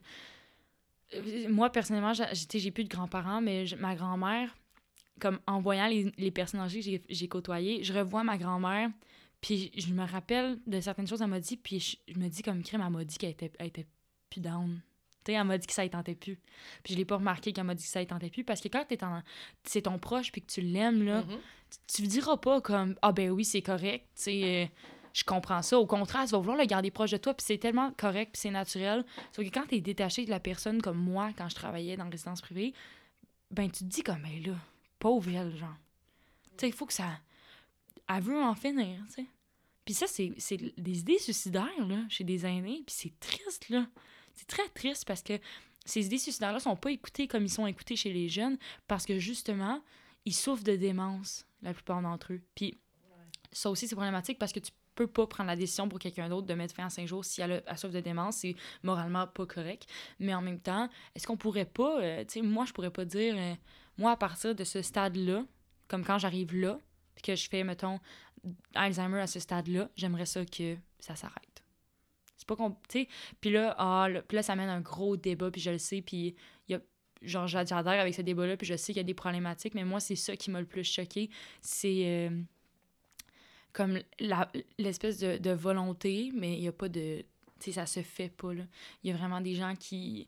moi, personnellement, j'ai plus de grands-parents, mais ma grand-mère, comme en voyant les personnes âgées que j'ai côtoyées, je revois ma grand-mère, puis je me rappelle de certaines choses qu'elle m'a dit, puis je me dis comme crème, elle m'a dit qu'elle était plus down. Tu sais, elle m'a dit que ça ne tentait plus. Puis je l'ai pas remarqué qu'elle m'a dit que ça ne tentait plus, parce que quand c'est ton proche puis que tu l'aimes, là, tu ne diras pas comme « Ah ben oui, c'est correct, tu sais, je comprends ça. » Au contraire, tu vas vouloir le garder proche de toi, puis c'est tellement correct, puis c'est naturel. Sauf que quand tu es détaché de la personne comme moi, quand je travaillais dans la résidence privée, ben tu te dis comme « Ben là, pauvre elle, genre. » Tu sais, il faut que ça... Elle veut en finir, tu sais. Puis ça, c'est des idées suicidaires, là, chez des aînés, puis c'est triste, là. C'est très triste parce que ces idées suicidaires-là sont pas écoutées comme ils sont écoutés chez les jeunes parce que, justement, ils souffrent de démence, la plupart d'entre eux. Puis ça aussi, c'est problématique parce que tu peux pas prendre la décision pour quelqu'un d'autre de mettre fin à 5 jours si elle souffre de démence. C'est moralement pas correct. Mais en même temps, est-ce qu'on pourrait pas... tu sais, moi, je pourrais pas dire... moi, à partir de ce stade-là, comme quand j'arrive là, puis que je fais, mettons, Alzheimer à ce stade-là, j'aimerais ça que ça s'arrête. C'est pas tu sais, puis là, ça mène un gros débat, puis je le sais, puis il y a, genre, j'adhère avec ce débat-là, puis je sais qu'il y a des problématiques, mais moi, c'est ça qui m'a le plus choqué, c'est comme l'espèce de volonté, mais il y a pas de... Tu sais, ça se fait pas, là. Il y a vraiment des gens qui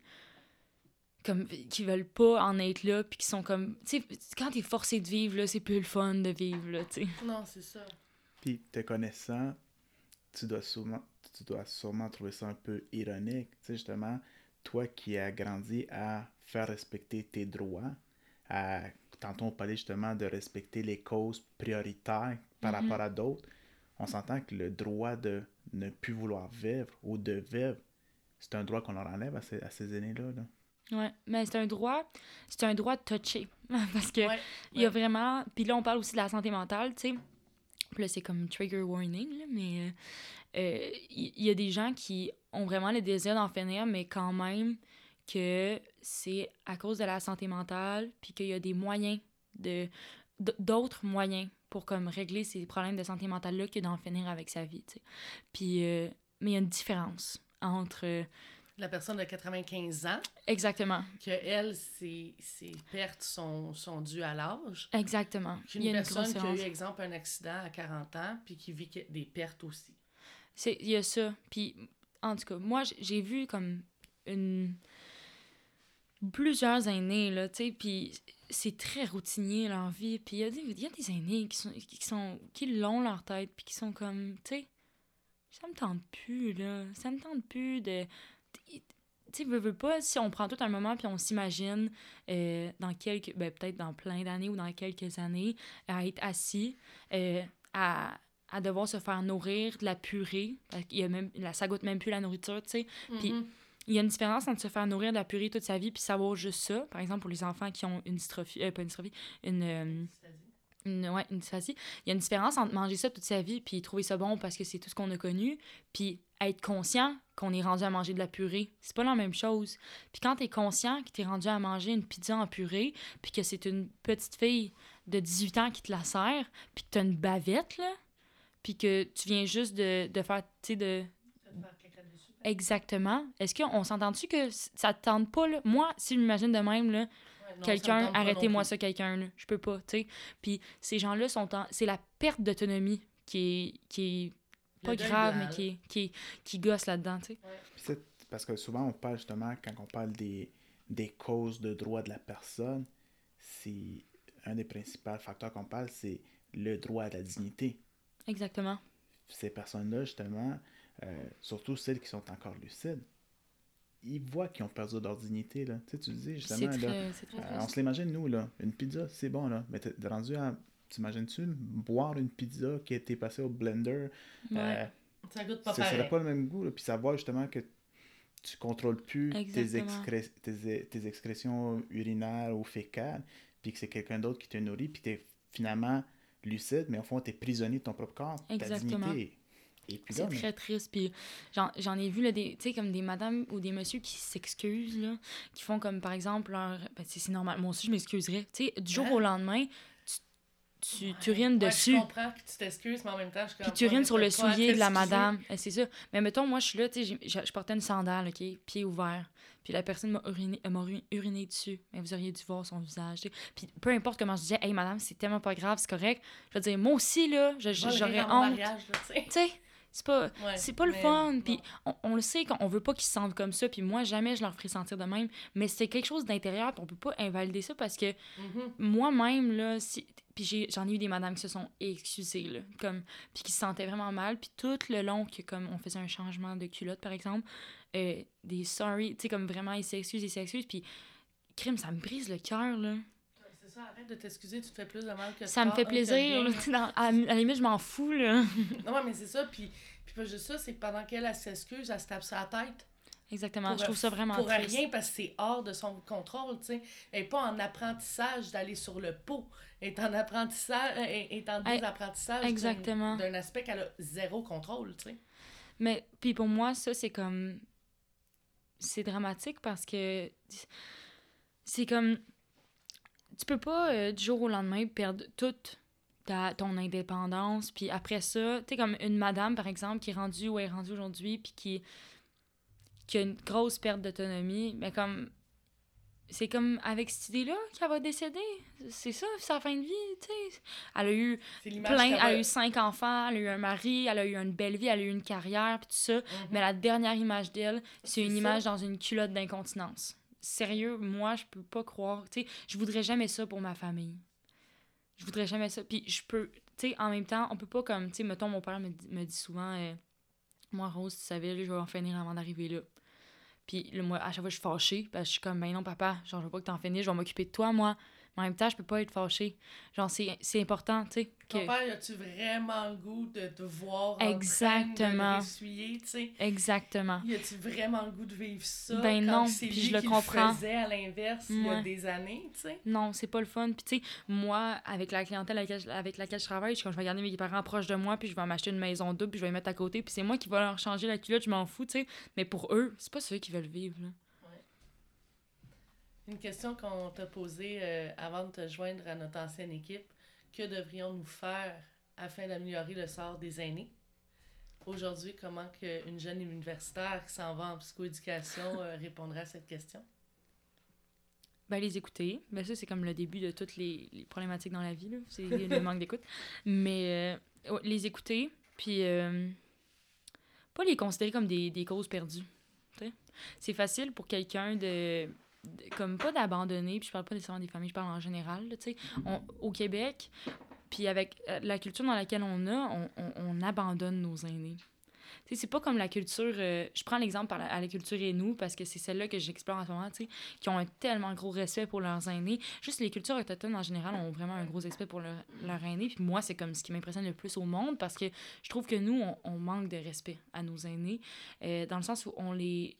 veulent pas en être là, puis qui sont comme... Tu sais, quand t'es forcé de vivre, là, c'est plus le fun de vivre, là, tu sais. Non, c'est ça. Puis, te connaissant, tu dois sûrement trouver ça un peu ironique. Tu sais, justement, toi qui as grandi à faire respecter tes droits, tantôt on parlait justement de respecter les causes prioritaires par rapport à d'autres, on s'entend que le droit de ne plus vouloir vivre ou de vivre, c'est un droit qu'on leur enlève à ces aînés-là, là. Ouais, mais c'est un droit touché. Parce que il y a vraiment... Puis là, on parle aussi de la santé mentale, tu sais. Puis là, c'est comme trigger warning, là, mais il y a des gens qui ont vraiment le désir d'en finir, mais quand même que c'est à cause de la santé mentale, puis qu'il y a des moyens de d'autres moyens pour comme régler ces problèmes de santé mentale-là que d'en finir avec sa vie, tu sais. Puis, mais il y a une différence entre... La personne de 95 ans, Exactement. que elle, ses pertes sont dues à l'âge. Exactement. Qu'une Il y a une personne grosse qui a eu, différence. exemple, un accident à 40 ans, puis qui vit des pertes aussi. Il y a ça. Puis, en tout cas, moi, j'ai vu comme plusieurs aînés, là, tu sais, puis c'est très routinier, leur vie. Puis il y a des aînés qui l'ont leur tête, puis qui sont comme, tu sais, ça me tente plus, là. Ça me tente plus de... Tu sais, veux pas, si on prend tout un moment puis on s'imagine dans peut-être dans plein d'années ou dans quelques années, à être assis, à devoir se faire nourrir de la purée, parce qu'il y a même, ça goûte même plus la nourriture, tu sais. Puis il y a une différence entre se faire nourrir de la purée toute sa vie puis savoir juste ça. Par exemple, pour les enfants qui ont une dystrophie, pas une dystrophie, une dysphasie. Il y a une différence entre manger ça toute sa vie puis trouver ça bon parce que c'est tout ce qu'on a connu, puis être conscient qu'on est rendu à manger de la purée. C'est pas la même chose. Puis quand t'es conscient que t'es rendu à manger une pizza en purée, puis que c'est une petite fille de 18 ans qui te la sert, puis que t'as une bavette, là, puis que tu viens juste de faire, tu sais, de... Exactement. Est-ce qu'on s'entend-tu que ça te tente pas, là? Moi, si je m'imagine de même, là, non, quelqu'un, arrêtez-moi ça, quelqu'un, là. Je peux pas, tu sais. Puis ces gens-là c'est la perte d'autonomie qui est pas grave, mais qui gosse là-dedans, tu sais. Ouais. Parce que souvent, on parle justement, quand on parle des causes de droit de la personne, c'est un des principaux facteurs qu'on parle, c'est le droit à la dignité. Exactement. Ces personnes-là, justement, surtout celles qui sont encore lucides, ils voient qu'ils ont perdu leur dignité, là. Tu sais, tu dis, justement, c'est très on se l'imagine, nous, là, une pizza, c'est bon, là, mais t'es rendu à, t'imagines-tu, boire une pizza qui a été passée au blender, ouais. Ça goûte pas ça pareil. n'a pas le même goût, là, puis savoir, justement, que tu contrôles plus tes excrétions urinaires ou fécales, puis que c'est quelqu'un d'autre qui te nourrit, puis que t'es finalement lucide, mais au fond, t'es prisonnier de ton propre corps. Exactement. Ta dignité est plus c'est très triste. Puis j'en ai vu, là, tu sais, comme des madames ou des messieurs qui s'excusent, là, qui font comme, par exemple, c'est normal. Moi aussi, je m'excuserais. Tu sais, du jour au lendemain, tu urines dessus. Je comprends que tu t'excuses, mais en même temps, je comprends. Puis tu urines sur le soulier de la madame. C'est ça. Mais mettons, moi, je suis là, tu sais, je portais une sandale, OK, pied ouvert. Puis la personne m'a uriné dessus. Mais vous auriez dû voir son visage, tu sais. Puis peu importe comment je disais, hey, madame, c'est tellement pas grave, c'est correct. Je veux dire, moi aussi, là, j'aurais honte. Tu sais, c'est pas le fun. Puis on le sait qu'on veut pas qu'ils se sentent comme ça. Puis moi, jamais je leur ferai sentir de même. Mais c'est quelque chose d'intérieur. Puis on peut pas invalider ça parce que moi-même, là, puis j'en ai eu des madames qui se sont excusées, là, comme, puis qui se sentaient vraiment mal. Puis tout le long que, comme, on faisait un changement de culotte, par exemple, des sorry, tu sais, comme vraiment, ils s'excusent. Puis, crime, ça me brise le cœur, là. C'est ça, arrête de t'excuser, tu te fais plus de mal que ça me fait plaisir, là, à la limite, je m'en fous, là. Non, mais c'est ça, puis pas juste ça, c'est que pendant qu'elle s'excuse, elle se tape sur la tête. Exactement, je trouve ça vraiment pour triste. rien, parce que c'est hors de son contrôle, tu sais. Elle n'est pas en apprentissage d'aller sur le pot. Elle est en apprentissage, désapprentissage d'un aspect qu'elle a zéro contrôle, tu sais. Mais, puis pour moi, ça, c'est comme... C'est dramatique parce que... C'est comme... Tu peux pas, du jour au lendemain, perdre toute ton indépendance, puis après ça, tu sais, comme une madame, par exemple, qui est rendue où elle est rendue aujourd'hui, puis qui a une grosse perte d'autonomie, mais comme... C'est comme avec cette idée-là qu'elle va décéder. C'est ça, sa fin de vie, tu sais. Elle a eu elle a eu 5 enfants, elle a eu un mari, elle a eu une belle vie, elle a eu une carrière, puis tout ça. Mais la dernière image d'elle, c'est une image dans une culotte d'incontinence. Sérieux, moi, je peux pas croire. Tu sais, je voudrais jamais ça pour ma famille. Je voudrais jamais ça. Puis je peux... Tu sais, en même temps, on peut pas comme... Tu sais, mettons, mon père me dit souvent... moi, Rose, tu savais, là, je vais en finir avant d'arriver là. Puis là, moi, à chaque fois, je suis fâchée. Parce que je suis comme, ben non, papa, genre, je veux pas que t'en finisses, je vais m'occuper de toi, moi. Mais en même temps, je peux pas être fâchée. Genre, c'est important, tu sais. Ton père, as-tu vraiment le goût de te voir exactement. en train de l'essuyer, tu sais? Exactement. Y a-tu vraiment le goût de vivre ça? Ben non, puis je le comprends. Le faisait à l'inverse il y a des années, tu sais? Non, c'est pas le fun. Puis tu sais, moi, avec la clientèle avec laquelle je travaille, quand je vais garder mes parents proches de moi, puis je vais m'acheter une maison double, puis je vais les mettre à côté, puis c'est moi qui vais leur changer la culotte, je m'en fous, tu sais. Mais pour eux, c'est pas ceux qui veulent vivre, là. Une question qu'on t'a posée avant de te joindre à notre ancienne équipe. que devrions-nous faire afin d'améliorer le sort des aînés? Aujourd'hui, comment une jeune universitaire qui s'en va en psychoéducation répondrait à cette question? Ben, les écouter. Ben, ça, c'est comme le début de toutes les problématiques dans la vie, là. C'est le manque d'écoute. Mais ouais, les écouter, puis pas les considérer comme des causes perdues. T'sais. C'est facile pour quelqu'un comme pas d'abandonner, puis je parle pas nécessairement des familles, je parle en général, tu sais. Au Québec, puis avec la culture dans laquelle on abandonne nos aînés. Tu sais, c'est pas comme la culture... je prends l'exemple à la culture Innu, parce que c'est celle-là que j'explore en ce moment, tu sais, qui ont un tellement gros respect pour leurs aînés. Juste les cultures autochtones, en général, ont vraiment un gros respect pour leurs aînés. Puis moi, c'est comme ce qui m'impressionne le plus au monde, parce que je trouve que nous, on manque de respect à nos aînés, dans le sens où on les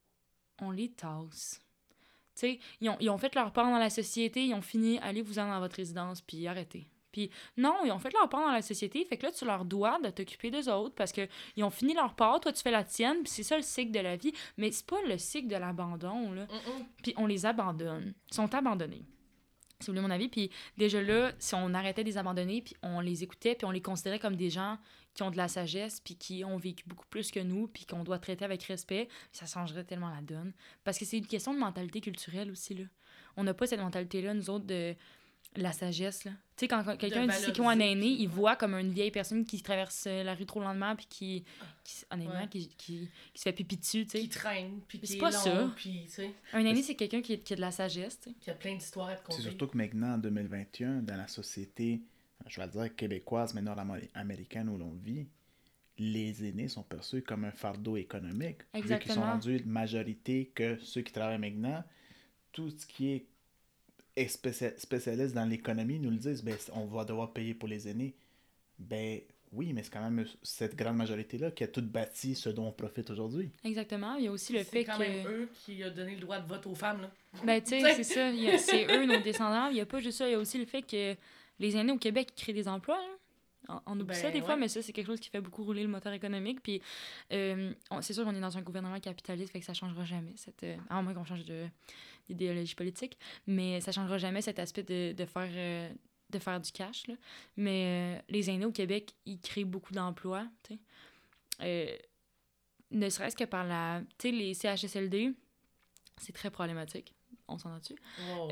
tasse. Tu sais, ils ont fait leur part dans la société, ils ont fini, allez-vous-en dans votre résidence, puis arrêtez. Puis non, ils ont fait leur part dans la société, fait que là, tu leur dois de t'occuper d'eux autres parce qu'ils ont fini leur part, toi, tu fais la tienne, puis c'est ça le cycle de la vie. Mais c'est pas le cycle de l'abandon, là. Puis on les abandonne. Ils sont abandonnés. Si vous voulez mon avis. Puis déjà là, si on arrêtait de les abandonner, puis on les écoutait, puis on les considérait comme des gens qui ont de la sagesse, puis qui ont vécu beaucoup plus que nous, puis qu'on doit traiter avec respect, ça changerait tellement la donne. Parce que c'est une question de mentalité culturelle aussi, là. On n'a pas cette mentalité-là, nous autres, de la sagesse, là. Tu sais, quand quelqu'un dit c'est qu'ils ont un aîné, il voit comme une vieille personne qui traverse la rue trop lentement, puis qui honnêtement, qui se fait pipi dessus, tu sais. Qui traîne, puis qui c'est est pas long, ça. puis, tu sais... Un aîné, c'est quelqu'un qui a de la sagesse, tu sais. Qui a plein d'histoires à te conter. C'est surtout que maintenant, en 2021, dans la société, je vais le dire québécoise, mais nord-américaine où l'on vit, les aînés sont perçus comme un fardeau économique. Exactement. Vu qu'ils sont rendus majorité que ceux qui travaillent maintenant, tout ce qui est spécialiste dans l'économie nous le disent, ben, on va devoir payer pour les aînés. Ben oui, mais c'est quand même cette grande majorité-là qui a tout bâti ce dont on profite aujourd'hui. Exactement. Il y a aussi le fait que... C'est quand même eux qui ont donné le droit de vote aux femmes, là. Ben, tu sais, c'est ça. C'est eux, nos descendants. Il n'y a pas juste ça. Il y a aussi le fait que les aînés au Québec créent des emplois, là. On oublie ça des fois, mais ça, c'est quelque chose qui fait beaucoup rouler le moteur économique. Puis, c'est sûr qu'on est dans un gouvernement capitaliste, fait que ça changera jamais. À moins qu'on change d'idéologie politique, mais ça changera jamais cet aspect de faire du cash, là. Mais les aînés au Québec, ils créent beaucoup d'emplois, tu sais. Ne serait-ce que par tu sais, les CHSLD, c'est très problématique. On s'en a-tu? Wow.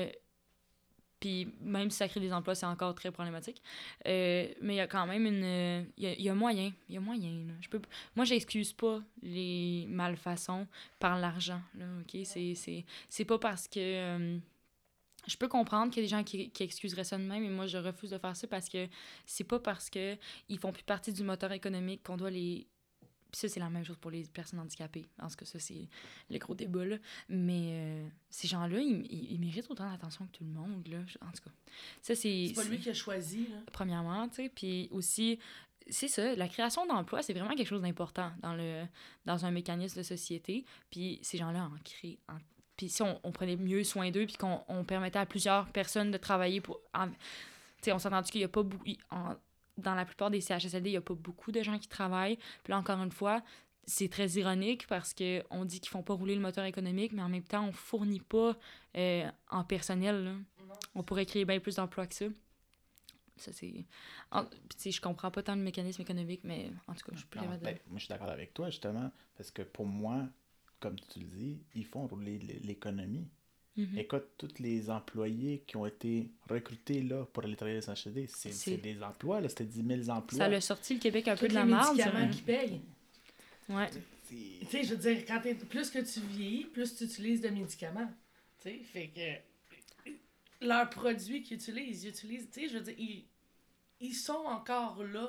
Puis même si ça crée des emplois, c'est encore très problématique. Mais il y a quand même il y a moyen. Il y a moyen, là. Moi, j'excuse pas les malfaçons par l'argent, là, OK? C'est pas parce que... je peux comprendre qu'il y a des gens qui excuseraient ça de même, mais moi, je refuse de faire ça parce que c'est pas parce que ils font plus partie du moteur économique qu'on doit les... Puis ça, c'est la même chose pour les personnes handicapées. En tout cas, ça, c'est le gros débat, là. Mais ces gens-là, ils méritent autant d'attention que tout le monde, là. En tout cas, ça, c'est... C'est pas lui qui a choisi, là. Premièrement, tu sais. Puis aussi, c'est ça, la création d'emplois, c'est vraiment quelque chose d'important dans un mécanisme de société. Puis ces gens-là en créent... Puis si on prenait mieux soin d'eux, puis qu'on permettait à plusieurs personnes de travailler pour... Tu sais, on s'est entendu qu'il y a pas beaucoup... Dans la plupart des CHSLD, il n'y a pas beaucoup de gens qui travaillent. Puis là, encore une fois, c'est très ironique parce qu'on dit qu'ils font pas rouler le moteur économique, mais en même temps, on fournit pas en personnel, là. On pourrait créer bien plus d'emplois que ça. Ça, c'est... Tu sais, je comprends pas tant le mécanisme économique, mais en tout cas, je peux Moi, je suis d'accord avec toi, justement, parce que pour moi, comme tu le dis, ils font rouler l'économie. Mm-hmm. Écoute, tous les employés qui ont été recrutés là pour aller travailler à la SHD, c'est des emplois, là, c'était 10 000 emplois. Ça a sorti le Québec un peu Tous de la les merde. médicaments qui payent. Ouais. Tu sais, je veux dire, plus que tu vieillis, plus tu utilises de médicaments. Tu sais, fait que leurs produits qu'ils utilisent, tu sais, je veux dire, ils sont encore là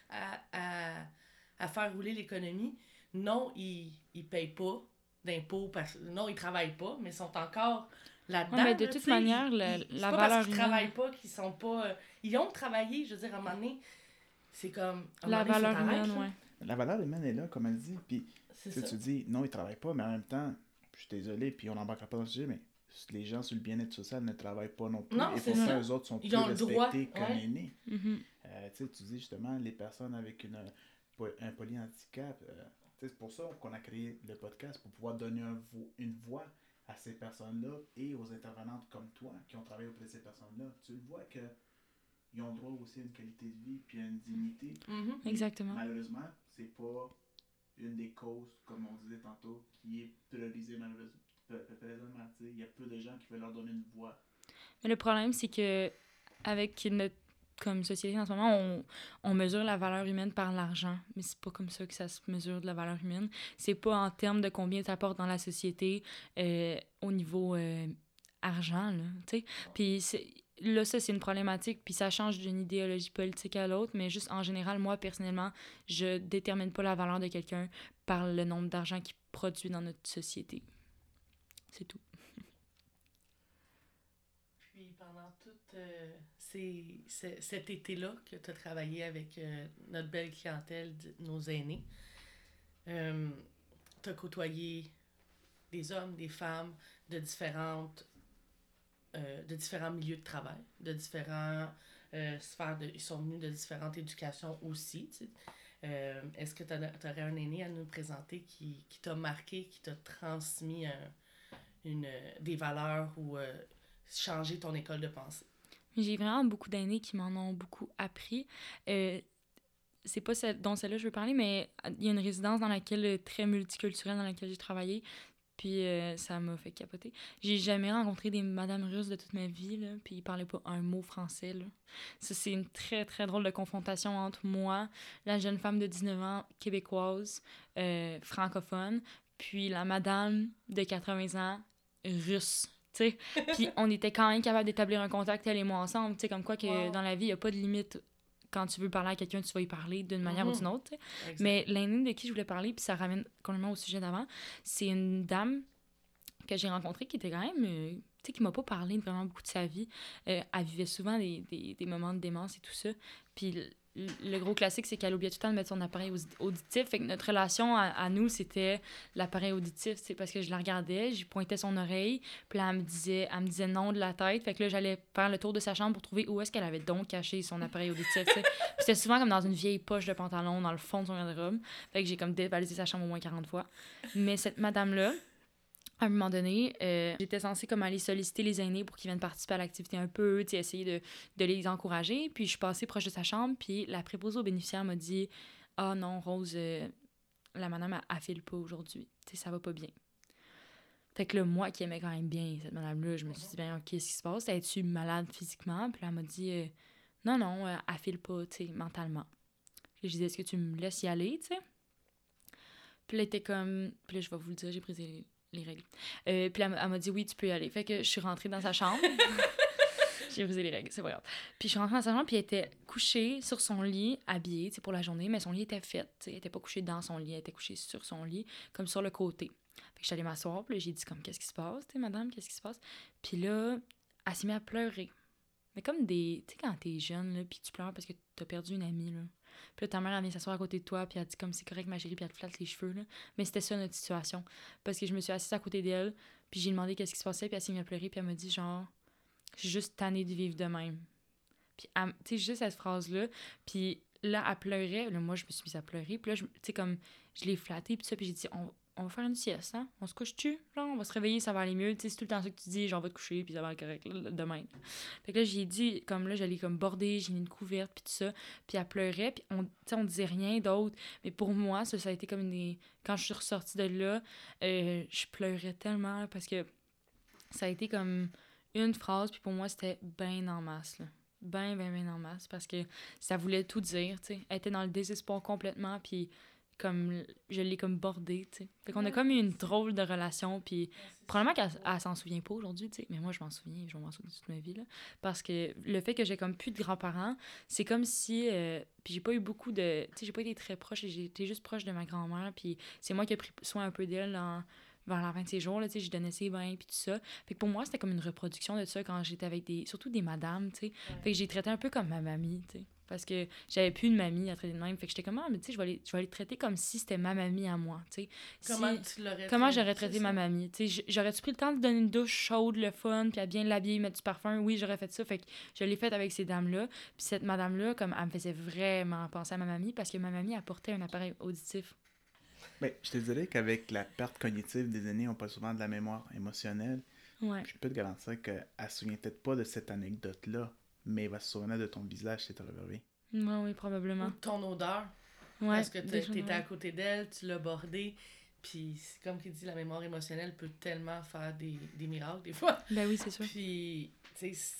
à faire rouler l'économie. Non, ils payent pas d'impôts, non, ils travaillent pas, mais ils sont encore là-dedans. Ouais, mais de toute manière, la c'est valeur pas parce qu'ils humaine... travaillent pas qu'ils sont pas... ils ont travaillé, je veux dire, à un moment donné, c'est comme... La valeur humaine, ouais. La valeur humaine est là, comme elle dit, puis C'est tu dis, non, ils travaillent pas, mais en même temps, je suis désolé, puis on n'embarquera pas dans ce sujet, mais les gens sur le bien-être social ne travaillent pas non plus, Non, et c'est pourtant, ça. eux autres sont Ils plus ont le droit, respectés qu'un ouais. aîné. Mm-hmm. Tu dis justement, les personnes avec un polyhandicap, c'est pour ça qu'on a créé le podcast, pour pouvoir donner une voix à ces personnes-là et aux intervenantes comme toi qui ont travaillé auprès de ces personnes-là. Tu le vois que ils ont droit aussi à une qualité de vie puis à une dignité. Mhm. Exactement. Malheureusement, c'est pas une des causes, comme on disait tantôt, qui est priorisée malheureusement. Présentement, il y a peu de gens qui veulent leur donner une voix. Mais le problème, c'est que avec notre comme société en ce moment, on mesure la valeur humaine par l'argent. Mais c'est pas comme ça que ça se mesure de la valeur humaine. C'est pas en termes de combien tu apportes dans la société au niveau argent, là, tu sais. Puis là, ça, c'est une problématique, puis ça change d'une idéologie politique à l'autre, mais juste en général, moi, personnellement, je détermine pas la valeur de quelqu'un par le nombre d'argent qu'il produit dans notre société. C'est tout. Puis pendant tout cet été-là que tu as travaillé avec notre belle clientèle, nos aînés, tu as côtoyé des hommes, des femmes de différents milieux de travail, de différents sphères, ils sont venus de différentes éducations aussi. Tu sais. Est-ce que tu aurais un aîné à nous présenter qui t'a marqué, qui t'a transmis des valeurs ou changer ton école de pensée? J'ai vraiment beaucoup d'aînés qui m'en ont beaucoup appris. C'est pas dont celle-là je veux parler, mais il y a une résidence dans laquelle, très multiculturelle, dans laquelle j'ai travaillé. Puis ça m'a fait capoter. J'ai jamais rencontré des madames russes de toute ma vie, là, puis ils parlaient pas un mot français, là. Ça, c'est une très, très drôle de confrontation entre moi, la jeune femme de 19 ans, québécoise, francophone, puis la madame de 80 ans, russe. T'sais. Puis on était quand même capable d'établir un contact, elle et moi, ensemble. T'sais, comme quoi que dans la vie, il n'y a pas de limite. Quand tu veux parler à quelqu'un, tu vas y parler d'une manière ou d'une autre. Mais l'aînée de qui je voulais parler, puis ça ramène complètement au sujet d'avant, c'est une dame que j'ai rencontrée qui était quand même... tu sais, qui m'a pas parlé vraiment beaucoup de sa vie. Elle vivait souvent des moments de démence et tout ça. Puis le gros classique, c'est qu'elle oubliait tout le temps de mettre son appareil auditif. Fait que notre relation à nous, c'était l'appareil auditif. C'est parce que je la regardais, j'y pointais son oreille, puis là, elle me disait non de la tête. Fait que là, j'allais faire le tour de sa chambre pour trouver où est-ce qu'elle avait donc caché son appareil auditif. Puis c'était souvent comme dans une vieille poche de pantalon, dans le fond de son garde-robe. Fait que j'ai comme dévalisé sa chambre au moins 40 fois. Mais cette madame-là, à un moment donné, j'étais censée comme aller solliciter les aînés pour qu'ils viennent participer à l'activité un peu, essayer de les encourager. Puis je suis passée proche de sa chambre, puis la préposée aux bénéficiaires m'a dit « Ah non, Rose, la madame, elle file pas aujourd'hui. Ça va pas bien. » Fait que là, moi qui aimais quand même bien cette madame-là, je me suis dit « Ben, qu'est-ce qui se passe? Es-tu malade physiquement? » Puis là, elle m'a dit Non, non, elle file pas, mentalement. » Puis je disais « Est-ce que tu me laisses y aller, tu sais? » Puis là, elle était comme... Puis là, je vais vous le dire, j'ai brisé les règles. Puis elle m'a dit oui, tu peux y aller. Fait que je suis rentrée dans sa chambre. J'ai brisé les règles, c'est pas grave. Puis je suis rentrée dans sa chambre, puis elle était couchée sur son lit, habillée, pour la journée, mais son lit était fait. Elle était pas couchée dans son lit, elle était couchée sur son lit, comme sur le côté. Fait que je suis allée m'asseoir, puis là, j'ai dit comme, qu'est-ce qui se passe, madame, qu'est-ce qui se passe? Puis là, elle s'est mise à pleurer. Mais comme des... Tu sais, quand t'es jeune, là, puis tu pleures parce que t'as perdu une amie, là. Puis là, ta mère, elle vient s'asseoir à côté de toi, puis elle dit comme c'est correct, ma chérie, puis elle te flatte les cheveux, là. Mais c'était ça, notre situation. Parce que je me suis assise à côté d'elle, puis j'ai demandé qu'est-ce qui se passait, puis elle s'est mise à pleurer, puis elle m'a dit genre, je suis juste tannée de vivre de même. Puis, tu sais, juste cette phrase-là, puis là, elle pleurait, là, moi, je me suis mise à pleurer, puis là, tu sais, comme, je l'ai flattée, puis ça, puis j'ai dit, on va faire une sieste, hein? On se couche-tu? Genre, on va se réveiller, ça va aller mieux. Tu sais, c'est tout le temps ça que tu dis, genre, on va te coucher, puis ça va aller correct, là, demain. Fait que là, j'ai dit, comme là, j'allais comme border, j'ai mis une couverte, puis tout ça. Puis elle pleurait, puis on disait rien d'autre. Mais pour moi, ça a été comme une... Quand je suis ressortie de là, je pleurais tellement, parce que ça a été comme une phrase, puis pour moi, c'était ben en masse, là. Ben en masse, parce que ça voulait tout dire, tu sais. Elle était dans le désespoir complètement, puis comme je l'ai comme bordée, tu sais. Fait qu'on a comme eu une drôle de relation, puis probablement qu'elle s'en souvient pas aujourd'hui, tu sais, mais moi je m'en souviens, je m'en souviens toute ma vie, là, parce que le fait que j'ai comme plus de grands-parents, c'est comme si, puis j'ai pas eu beaucoup de, tu sais, j'ai pas été très proche, j'ai été juste proche de ma grand-mère, puis c'est moi qui ai pris soin un peu d'elle vers la fin de ses jours, là, tu sais, je donnais ses bains, puis tout ça. Fait que pour moi, c'était comme une reproduction de ça quand j'étais avec surtout des madames, tu sais. Fait que j'ai traité un peu comme ma mamie, tu sais. Parce que j'avais plus de mamie à traiter de même. Fait que j'étais comme, mais tu sais, je vais les traiter comme si c'était ma mamie à moi, tu sais. Comment j'aurais traité ma mamie? Tu sais, j'aurais-tu pris le temps de donner une douche chaude, le fun, puis à bien l'habiller, mettre du parfum? Oui, j'aurais fait ça. Fait que je l'ai fait avec ces dames-là. Puis cette madame-là, comme, elle me faisait vraiment penser à ma mamie parce que ma mamie apportait un appareil auditif. Ben, je te dirais qu'avec la perte cognitive des aînés, on parle souvent de la mémoire émotionnelle. Ouais. Je peux te garantir qu'elle ne se souvient peut-être pas de cette anecdote-là, mais il va se souvenir de ton visage si tu l'as vu. Oui, Ou probablement. de ton odeur. Ouais, Parce que des choses, t'étais à ouais. côté d'elle, tu l'as bordée. Puis, c'est comme qu'il dit, la mémoire émotionnelle peut tellement faire des miracles, des fois. Ben oui, c'est sûr. Puis, tu sais,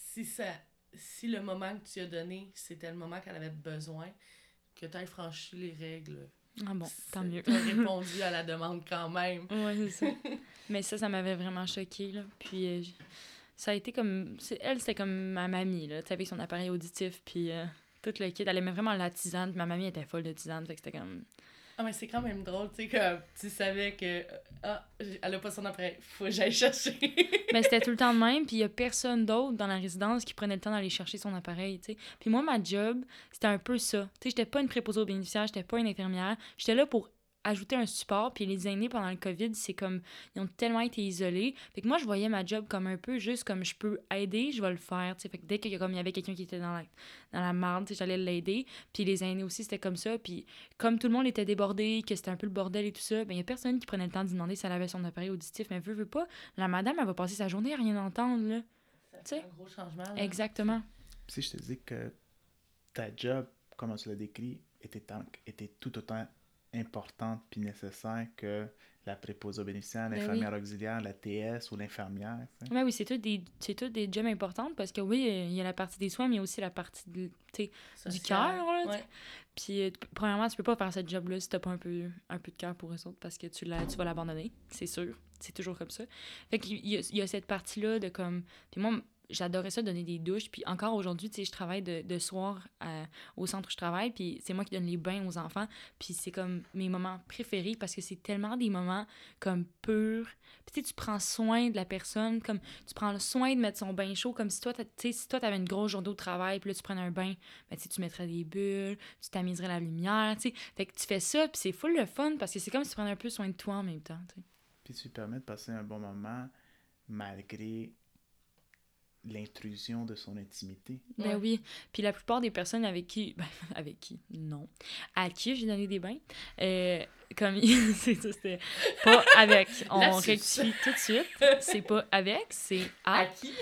si le moment que tu as donné, c'était le moment qu'elle avait besoin, que tu aies franchi les règles, Ah bon, tant mieux. tu as répondu à la demande quand même. Ouais, c'est ça. Mais ça m'avait vraiment choquée, là. Puis ça a été comme... Elle, c'était comme ma mamie, là. Tu sais, avec son appareil auditif, puis tout le kit. Elle aimait vraiment la tisane, puis ma mamie était folle de tisane, fait que c'était comme... Ah, mais c'est quand même drôle, tu sais, comme tu savais que, elle a pas son appareil, faut que j'aille chercher. Mais c'était tout le temps de même, puis il y a personne d'autre dans la résidence qui prenait le temps d'aller chercher son appareil, tu sais. Puis moi, ma job, c'était un peu ça. Tu sais, j'étais pas une préposée aux bénéficiaires, j'étais pas une infirmière. J'étais là pour ajouter un support, puis les aînés, pendant le COVID, c'est comme... Ils ont tellement été isolés. Fait que moi, je voyais ma job comme un peu juste comme je peux aider, je vais le faire, tu sais. Fait que dès qu'il y avait quelqu'un qui était dans la marde, tu sais, j'allais l'aider. Puis les aînés aussi, c'était comme ça. Puis comme tout le monde était débordé, que c'était un peu le bordel et tout ça, ben il y a personne qui prenait le temps de demander si elle avait son appareil auditif. Mais veut pas, la madame, elle va passer sa journée à rien entendre, là. Ça fait un gros changement, là. Exactement. Si je te dis que ta job, comme tu l'as décrit, était tout autant importante puis nécessaire que la préposée aux bénéficiaires, Ben l'infirmière auxiliaire, la TS ou l'infirmière. Tu sais. Ouais, oui, c'est tout des jobs importants parce que oui, il y a la partie des soins, mais il y a aussi la partie du Social. cœur, là. Ouais. Puis, premièrement, tu peux pas faire cette job-là si t'as pas un peu de cœur pour eux autres parce que tu vas l'abandonner, c'est sûr. C'est toujours comme ça. Fait qu'il y a cette partie-là de comme... Puis moi, j'adorais ça, donner des douches. Puis encore aujourd'hui, tu sais, je travaille de soir au centre où je travaille, puis c'est moi qui donne les bains aux enfants. Puis c'est comme mes moments préférés parce que c'est tellement des moments comme purs. Puis tu sais, tu prends soin de la personne, comme tu prends le soin de mettre son bain chaud, comme si toi, si toi, t'avais une grosse journée au travail, puis là, tu prenais un bain, ben, tu mettrais des bulles, tu tamiserais la lumière, tu sais. Fait que tu fais ça, puis c'est full le fun parce que c'est comme si tu prenais un peu soin de toi en même temps, tu sais. Puis tu permets de passer un bon moment malgré l'intrusion de son intimité. Ben oui. Puis la plupart des personnes avec qui... Ben, avec qui? Non. À qui j'ai donné des bains. Comme... c'est ça, c'était pas avec. On Lapsus. rectifie tout de suite. C'est pas avec, c'est À à. qui?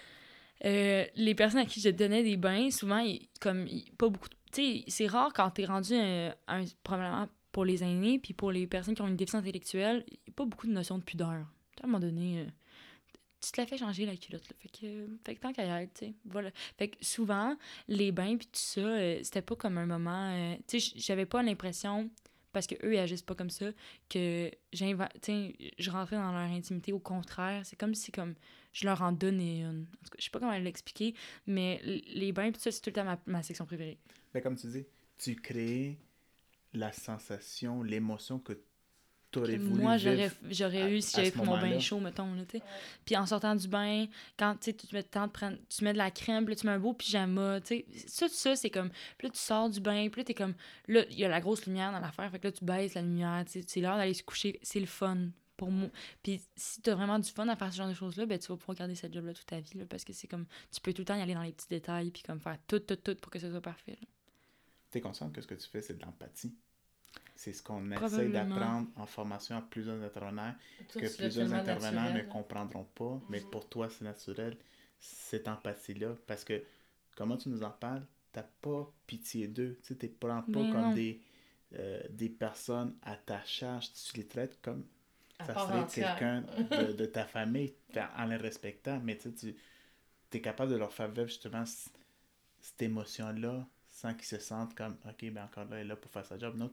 Les personnes à qui je donnais des bains, souvent, pas beaucoup... Tu sais, c'est rare quand t'es rendu probablement pour les aînés, puis pour les personnes qui ont une déficience intellectuelle, il n'y a pas beaucoup de notion de pudeur. À un moment donné... tu te la fais changer la culotte, là. Fait que tant qu'à y être, tu sais, voilà. Fait que souvent, les bains puis tout ça, c'était pas comme un moment... tu sais, j'avais pas l'impression, parce que eux ils agissent pas comme ça, que je rentrais dans leur intimité. Au contraire, c'est comme si je leur en donnais une. En tout cas, je sais pas comment l'expliquer, mais les bains puis tout ça, c'est tout le temps ma section préférée. Ben, comme tu dis, tu crées la sensation, l'émotion que tu aurais voulu Moi, vivre j'aurais eu si à j'avais ce pris mon bain moment-là. chaud, mettons, là, tu sais. Puis en sortant du bain, quand, tu sais, tu te mets le temps de prendre... Tu mets de la crème, puis là, tu mets un beau pyjama, tu sais. Ça, c'est comme... Puis là, tu sors du bain, puis là, t'es comme... Là, il y a la grosse lumière dans l'affaire, fait que là, tu baisses la lumière, tu sais. C'est l'heure d'aller se coucher. C'est le fun pour moi. Puis si t'as vraiment du fun à faire ce genre de choses-là, ben tu vas pouvoir garder cette job-là toute ta vie, là, parce que c'est comme... Tu peux tout le temps y aller dans les petits détails, puis comme faire tout pour que ce soit parfait, là. Tu es consciente que ce que tu fais, c'est de l'empathie. C'est ce qu'on essaie Probablement. d'apprendre en formation à plusieurs intervenants, Toi, que tu l'as plusieurs tellement intervenants naturel. ne comprendront pas, mais pour toi, c'est naturel, cette empathie-là. Parce que, comment tu nous en parles, t'as pas pitié d'eux. Tu ne prends pas Mais comme non. des personnes à ta charge. Tu les traites comme À ça part serait entière. quelqu'un de ta famille, en les respectant. Mais tu es capable de leur faire vivre justement cette émotion-là sans qu'ils se sentent comme OK, ben encore là, elle est là pour faire sa job. Non,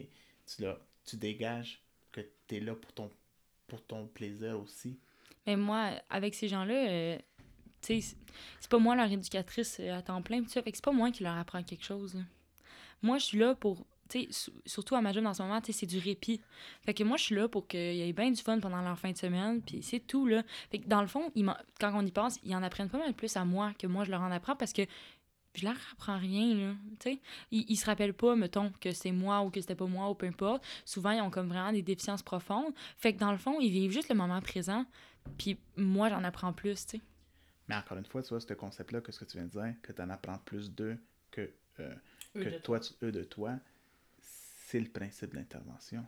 tu dégages que tu es là pour ton plaisir aussi. Mais moi, avec ces gens-là, tu sais, c'est pas moi leur éducatrice à temps plein, pis tout ça, fait que c'est pas moi qui leur apprends quelque chose, là. Moi, je suis là pour, tu sais, surtout à ma job en ce moment, tu sais, c'est du répit. Fait que moi, je suis là pour qu'il y ait bien du fun pendant leur fin de semaine, puis c'est tout, là. Fait que dans le fond, quand on y pense, ils en apprennent pas mal plus à moi que moi, je leur en apprends, parce que je leur apprends rien, là, tu sais. Ils se rappellent pas, mettons, que c'est moi ou que c'était pas moi ou peu importe. Souvent, ils ont comme vraiment des déficiences profondes. Fait que dans le fond, ils vivent juste le moment présent, puis moi, j'en apprends plus, tu sais. Mais encore une fois, tu vois, ce concept-là, que ce que tu viens de dire, que tu en apprends plus d'eux que Eux de eux de toi, c'est le principe de l'intervention.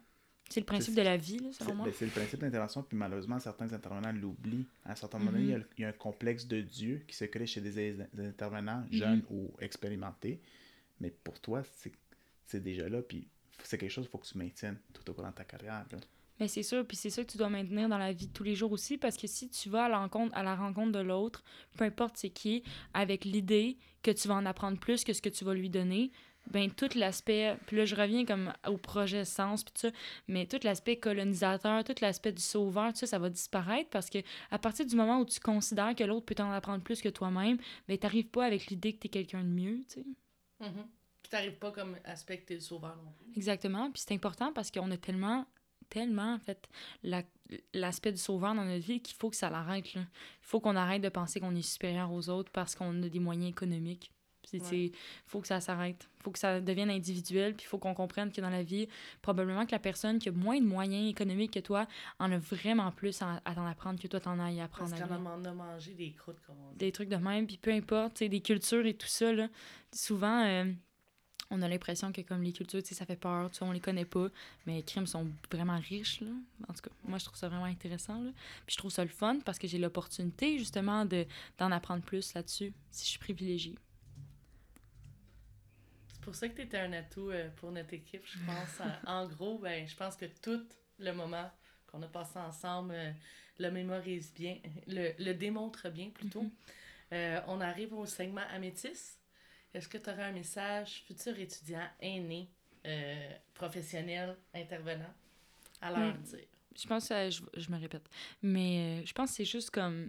C'est le principe de la vie, là, selon moi. C'est le principe d'intervention, puis malheureusement, certains intervenants l'oublient. À un certain moment donné, il y a un complexe de Dieu qui se crée chez des intervenants jeunes ou expérimentés. Mais pour toi, c'est déjà là, puis c'est quelque chose qu'il faut que tu maintiennes tout au cours de ta carrière. Là. Mais c'est sûr, puis c'est ça que tu dois maintenir dans la vie de tous les jours aussi, parce que si tu vas à la rencontre de l'autre, peu importe c'est qui, avec l'idée que tu vas en apprendre plus que ce que tu vas lui donner, ben tout l'aspect, puis là je reviens comme au projet Sens, puis tout ça, mais tout l'aspect colonisateur, tout l'aspect du sauveur, tout ça, ça va disparaître parce que à partir du moment où tu considères que l'autre peut t'en apprendre plus que toi-même, ben t'arrives pas avec l'idée que t'es quelqu'un de mieux, tu sais. Puis t'arrives pas comme aspect que t'es le sauveur non plus. Exactement, puis c'est important parce qu'on a tellement en fait l'aspect du sauveur dans notre vie qu'il faut que ça l'arrête, là. Il faut qu'on arrête de penser qu'on est supérieur aux autres parce qu'on a des moyens économiques. Il faut que ça s'arrête. Il faut que ça devienne individuel, puis il faut qu'on comprenne que dans la vie, probablement que la personne qui a moins de moyens économiques que toi en a vraiment plus à t'en apprendre que toi t'en as à y apprendre. Parce qu'on en a mangé des croûtes, comme on dit. Des trucs de même, puis peu importe, tu sais, des cultures et tout ça, là, souvent, on a l'impression que comme les cultures, tu sais, ça fait peur, tu sais, on les connaît pas, mais les crimes sont vraiment riches, là. En tout cas, moi, je trouve ça vraiment intéressant, là. Puis je trouve ça le fun parce que j'ai l'opportunité, justement, d'en apprendre plus là-dessus, si je suis privilégiée. C'est pour ça que tu étais un atout pour notre équipe, je pense. En gros, ben, je pense que tout le moment qu'on a passé ensemble le mémorise bien, le démontre bien plutôt. On arrive au segment Améthyste. Est-ce que tu aurais un message futur étudiant, aîné, professionnel, intervenant à leur dire? Je pense que je me répète, mais je pense que c'est juste comme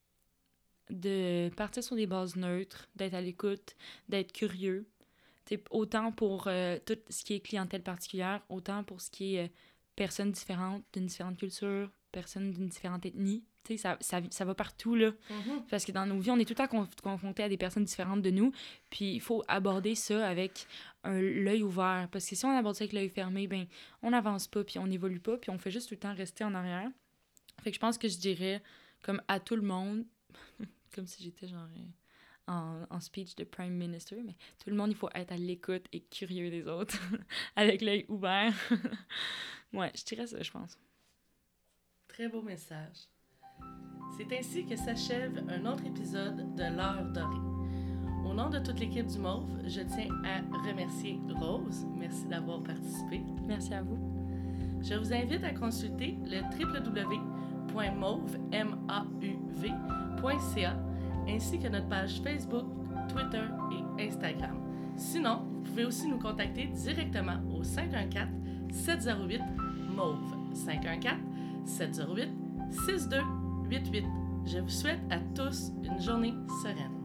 de partir sur des bases neutres, d'être à l'écoute, d'être curieux. T'sais, autant pour tout ce qui est clientèle particulière, autant pour ce qui est personnes différentes, d'une différente culture, personnes d'une différente ethnie. Ça va partout, là. Parce que dans nos vies, on est tout le temps confrontés à des personnes différentes de nous. Puis il faut aborder ça avec l'œil ouvert. Parce que si on aborde ça avec l'œil fermé, ben on n'avance pas, puis on n'évolue pas, puis on fait juste tout le temps rester en arrière. Fait que je pense que je dirais, comme à tout le monde, comme si j'étais genre... En speech de Prime Minister, mais tout le monde, il faut être à l'écoute et curieux des autres, avec l'œil ouvert. Ouais, je dirais ça, je pense. Très beau message. C'est ainsi que s'achève un autre épisode de l'Heure dorée. Au nom de toute l'équipe du Mauve, je tiens à remercier Rose. Merci d'avoir participé. Merci à vous. Je vous invite à consulter le www.mauve.ca ainsi que notre page Facebook, Twitter et Instagram. Sinon, vous pouvez aussi nous contacter directement au 514-708-MAUVE. 514-708-6288. Je vous souhaite à tous une journée sereine.